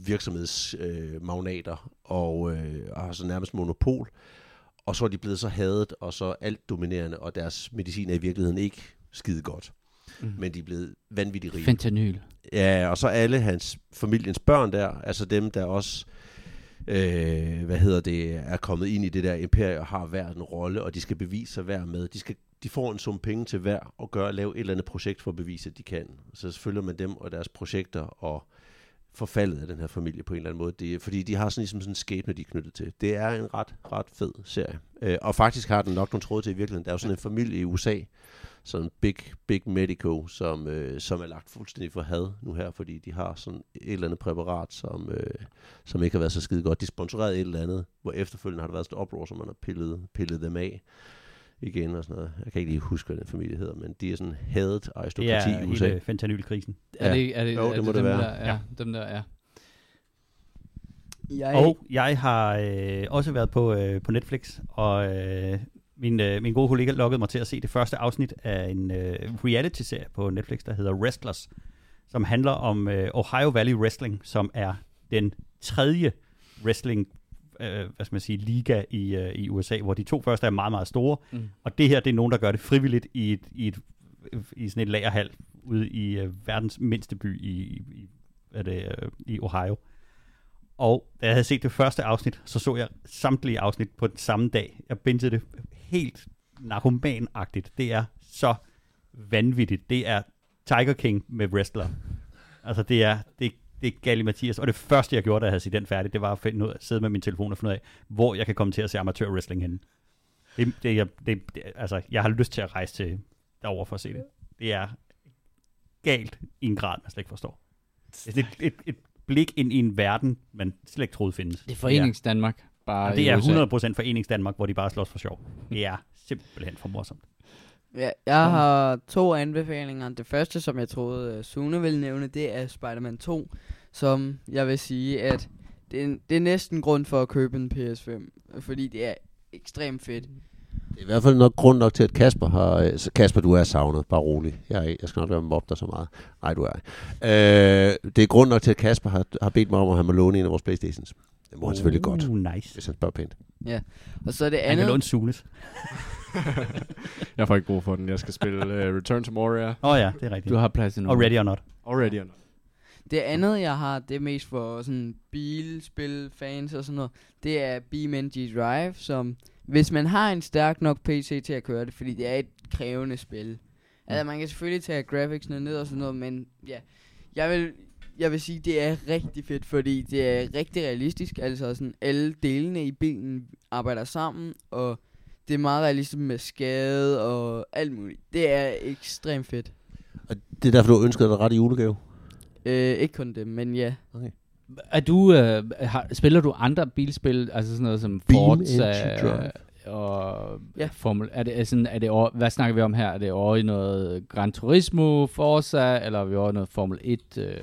virksomhedsmagnater, øh, og øh, har så nærmest monopol. Og så er de blevet så hadet, og så alt dominerende, og deres medicin er i virkeligheden ikke skide godt. Mm. Men de er blevet vanvittigt rige. Fentanyl. Ja, og så alle hans familiens børn der, altså dem, der også øh, hvad hedder det, er kommet ind i det der imperie og har hver en rolle, og de skal bevise sig hver med. De, skal, de får en sum penge til hver og gøre, lave et eller andet projekt for at bevise, at de kan. Så følger man dem og deres projekter og forfaldet af den her familie på en eller anden måde. Det er, fordi de har sådan ligesom sådan en skæbne, de er knyttet til. Det er en ret, ret fed serie. Øh, og faktisk har den nok nogle tråde til i virkeligheden. Der er jo sådan en familie i U S A, sådan Big, Big Medico, som, øh, som er lagt fuldstændig for had nu her, fordi de har sådan et eller andet præparat, som, øh, som ikke har været så skide godt. De sponsorerede et eller andet, hvor efterfølgende har der været sådan et oprør, som man har pillet, pillet dem af igen og sådan noget. Jeg kan ikke lige huske, hvad den familie hedder, men de er sådan hadet aristokrati ja, i U S A. Ja, fentanylkrisen. Er det, er det, jo, er det det må dem, det være. Der, ja, dem der, ja. Jeg... Og jeg har øh, også været på, øh, på Netflix, og øh, min, øh, min gode kollega lokkede mig til at se det første afsnit af en øh, reality-serie på Netflix, der hedder Wrestlers, som handler om øh, Ohio Valley Wrestling, som er den tredje wrestling øh, hvad skal man sige, liga i, øh, i U S A, hvor de to første er meget, meget store, mm. og det her, det er nogen, der gør det frivilligt i, et, i, et, i sådan et lagerhal ude i øh, verdens mindste by i, i, er det, øh, i Ohio. Og da jeg havde set det første afsnit, så så jeg samtlige afsnit på den samme dag. Jeg bingede det helt narkomanagtigt. Det er så vanvittigt. Det er Tiger King med wrestler. Altså det er, det, det er Gali Mathias. Og det første, jeg gjorde, da jeg havde set den færdig, det var at finde ud af, at sidde med min telefon og finde ud af, hvor jeg kan komme til at se amatør-wrestling henne. Det, det, jeg, det, det, altså, jeg har lyst til at rejse til derover for at se det. Det er galt i en grad, man slet ikke forstår. Det er et, et, et blik ind i en verden, man slet ikke troede findes. Det er Forenings Danmark. Bare ja, det er hundrede procent Forenings Danmark, hvor de bare slås for sjov. Det er simpelthen for morsomt. Ja, jeg har to anbefalinger. Det første, som jeg troede, Sune ville nævne, det er Spider-Man to, som jeg vil sige, at det er, det er næsten grund for at købe en P S fem, fordi det er ekstremt fedt. Det er i hvert fald nok grund nok til, at Kasper har... Så Kasper, du er savnet. Bare rolig. Jeg, er, jeg skal nok være med mobbe dig så meget. Nej, du er ikke. Øh, det er grund nok til, at Kasper har, har bedt mig om at have mig låne en af vores Playstations. Det må han selvfølgelig godt, Nice. hvis han spørger pænt. Ja, og så det Han kan andet... låne Sunes. Jeg får ikke brug for den. Jeg skal spille uh, Return to Moria. Åh oh, ja, det er rigtigt. Du har plads endnu. Og Ready or Not. Already or not. Det andet, jeg har, det er mest for sådan bilspil, fans og sådan noget. Det er BeamNG Drive, som hvis man har en stærk nok P C til at køre det, fordi det er et krævende spil. Mm. Altså, man kan selvfølgelig tage graphicsene ned og sådan noget, men ja, jeg vil, jeg vil sige, det er rigtig fedt, fordi det er rigtig realistisk. Altså sådan, alle delene i bilen arbejder sammen, og det er meget realistisk med skade og alt muligt. Det er ekstremt fedt. Og det er derfor, du ønskede dig ret i julegave? Øh, ikke kun det, men ja. Okay. Er du, øh, har, spiller du andre bilspil, altså sådan noget som Beam Forza Engine Drive. og Ja. Formel? Er det er sådan, er det over, hvad snakker vi om her? Er det over i noget Gran Turismo, Forza, eller er vi over i noget Formel et? Øh?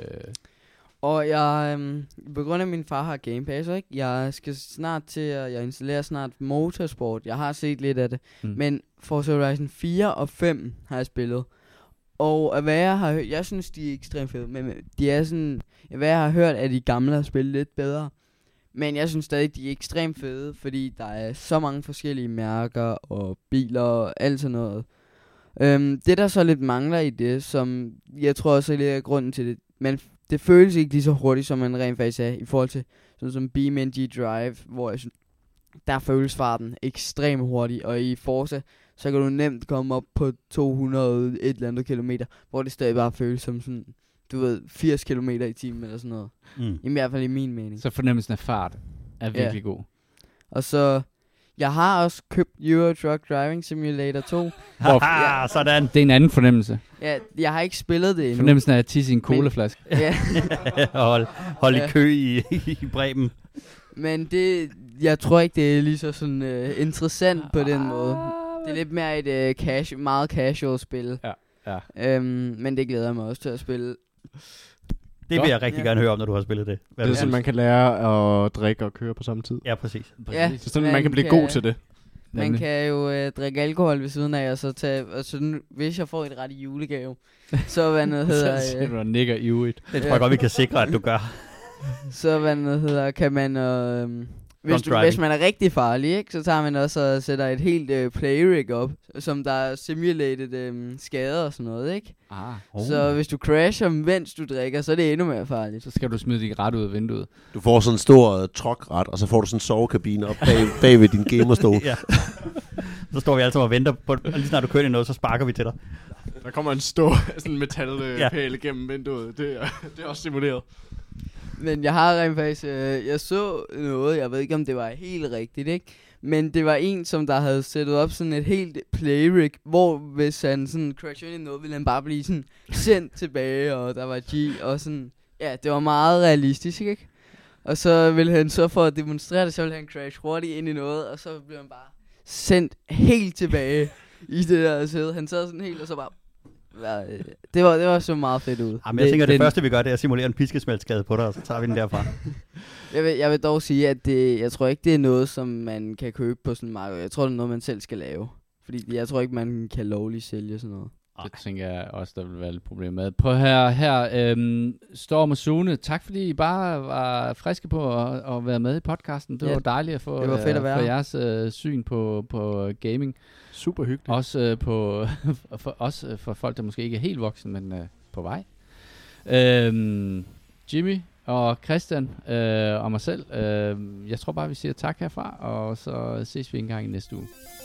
Og jeg, øhm, på grund af min far har Game Pass, ikke? Jeg skal snart til at, jeg installerer snart Motorsport. Jeg har set lidt af det. Mm. Men Forza Horizon fire og fem har jeg spillet. Og af hvad jeg har hørt, jeg synes de er ekstremt fede, men de er sådan, af hvad jeg har hørt, at de gamle har spillet lidt bedre. Men jeg synes stadig, de er ekstremt fede, fordi der er så mange forskellige mærker og biler og alt sådan noget. Øhm, det der så lidt mangler i det, som jeg tror også er lidt af grunden til det, men det føles ikke lige så hurtigt, som man rent faktisk er, i forhold til sådan som BeamNG Drive, hvor jeg synes, der føles farten ekstremt hurtigt, og i Forza, så kan du nemt komme op på to hundrede et eller andet kilometer, hvor det stadig bare føles som sådan, du ved, firs kilometer i timen eller sådan noget. Mm. I hvert fald i min mening. Så fornemmelsen af fart er virkelig god. Og så, jeg har også købt Euro Truck Driving Simulator to. Haha, sådan. Det er en anden fornemmelse. Ja, jeg har ikke spillet det endnu. Fornemmelsen af at tisse i en colaflaske. Ja, hold hold Ja. i kø i, i Bremen. men det, jeg tror ikke, det er lige så sådan uh, interessant på den måde. Det er lidt mere et uh, cash, meget casual spil. Ja, ja. Øhm, men det glæder jeg mig også til at spille. Det vil jeg rigtig Ja. gerne høre om, når du har spillet det. Hvad Det er du sådan, synes. man kan lære at drikke og køre på samme tid. Ja, præcis. Ja, Det er sådan, man kan blive god til det. Man Nemlig. kan jo øh, drikke alkohol ved siden af, og så tage, og så nu, hvis jeg får et ret i julegave, så hvad noget hedder, Så sidder øh, du og nikker ivrigt. Det tror jeg godt, vi kan sikre, at du gør. så hvad noget hedder, kan man, øh, hvis, du, driving. hvis man er rigtig farlig, ikke, så tager man også og sætter et helt øh, playrig op, som der er simulated øh, skader og sådan noget, ikke? Ah. Oh. Så hvis du crasher, mens du drikker, så er det endnu mere farligt. Så skal du smide dit ret ud af vinduet. Du får sådan en stor uh, truckret, og så får du sådan en sovekabine op bag, bag ved din gamerstol. Ja. Så står vi alle sammen og venter på, og lige snart du kører i noget, så sparker vi til dig. Der kommer en stor sådan metalpæl Ja. øh, igennem vinduet. Det er, det er også simuleret. Men jeg har rent faktisk, øh, jeg så noget, jeg ved ikke om det var helt rigtigt, ikke? Men det var en, som der havde sættet op sådan et helt playrig, hvor hvis han sådan crashede ind i noget, ville han bare blive sådan sendt tilbage, og der var G, og sådan, ja, det var meget realistisk, ikke? Og så ville han så for at demonstrere det, så ville han crash hurtigt ind i noget, og så blev han bare sendt helt tilbage i det der sæde. Han sad sådan helt, og så bare, ja, øh, det var, det var så meget fedt ud. Jamen, jeg tænker, det, den- det første, vi gør, det er at simulere en piskesmældsskade på dig, og så tager vi den derfra. Jeg vil, jeg vil dog sige, at det, jeg tror ikke, det er noget, som man kan købe på sådan en marked. Jeg tror, det er noget, man selv skal lave. Fordi jeg tror ikke, man kan lovligt sælge sådan noget. Det tænker jeg også, der vil være et problem med. På her, her øhm, Storm og Sune, tak fordi I bare var friske på at, at være med i podcasten. Det Ja, var dejligt at få, det var fedt at være få her. jeres øh, syn på, på gaming. Super hyggeligt. Også øh, på for, også øh, for folk, der måske ikke er helt voksne, men øh, på vej. Øhm, Jimmy og Christian øh, og mig selv. Øh, jeg tror bare, vi siger tak herfra, og så ses vi en gang i næste uge.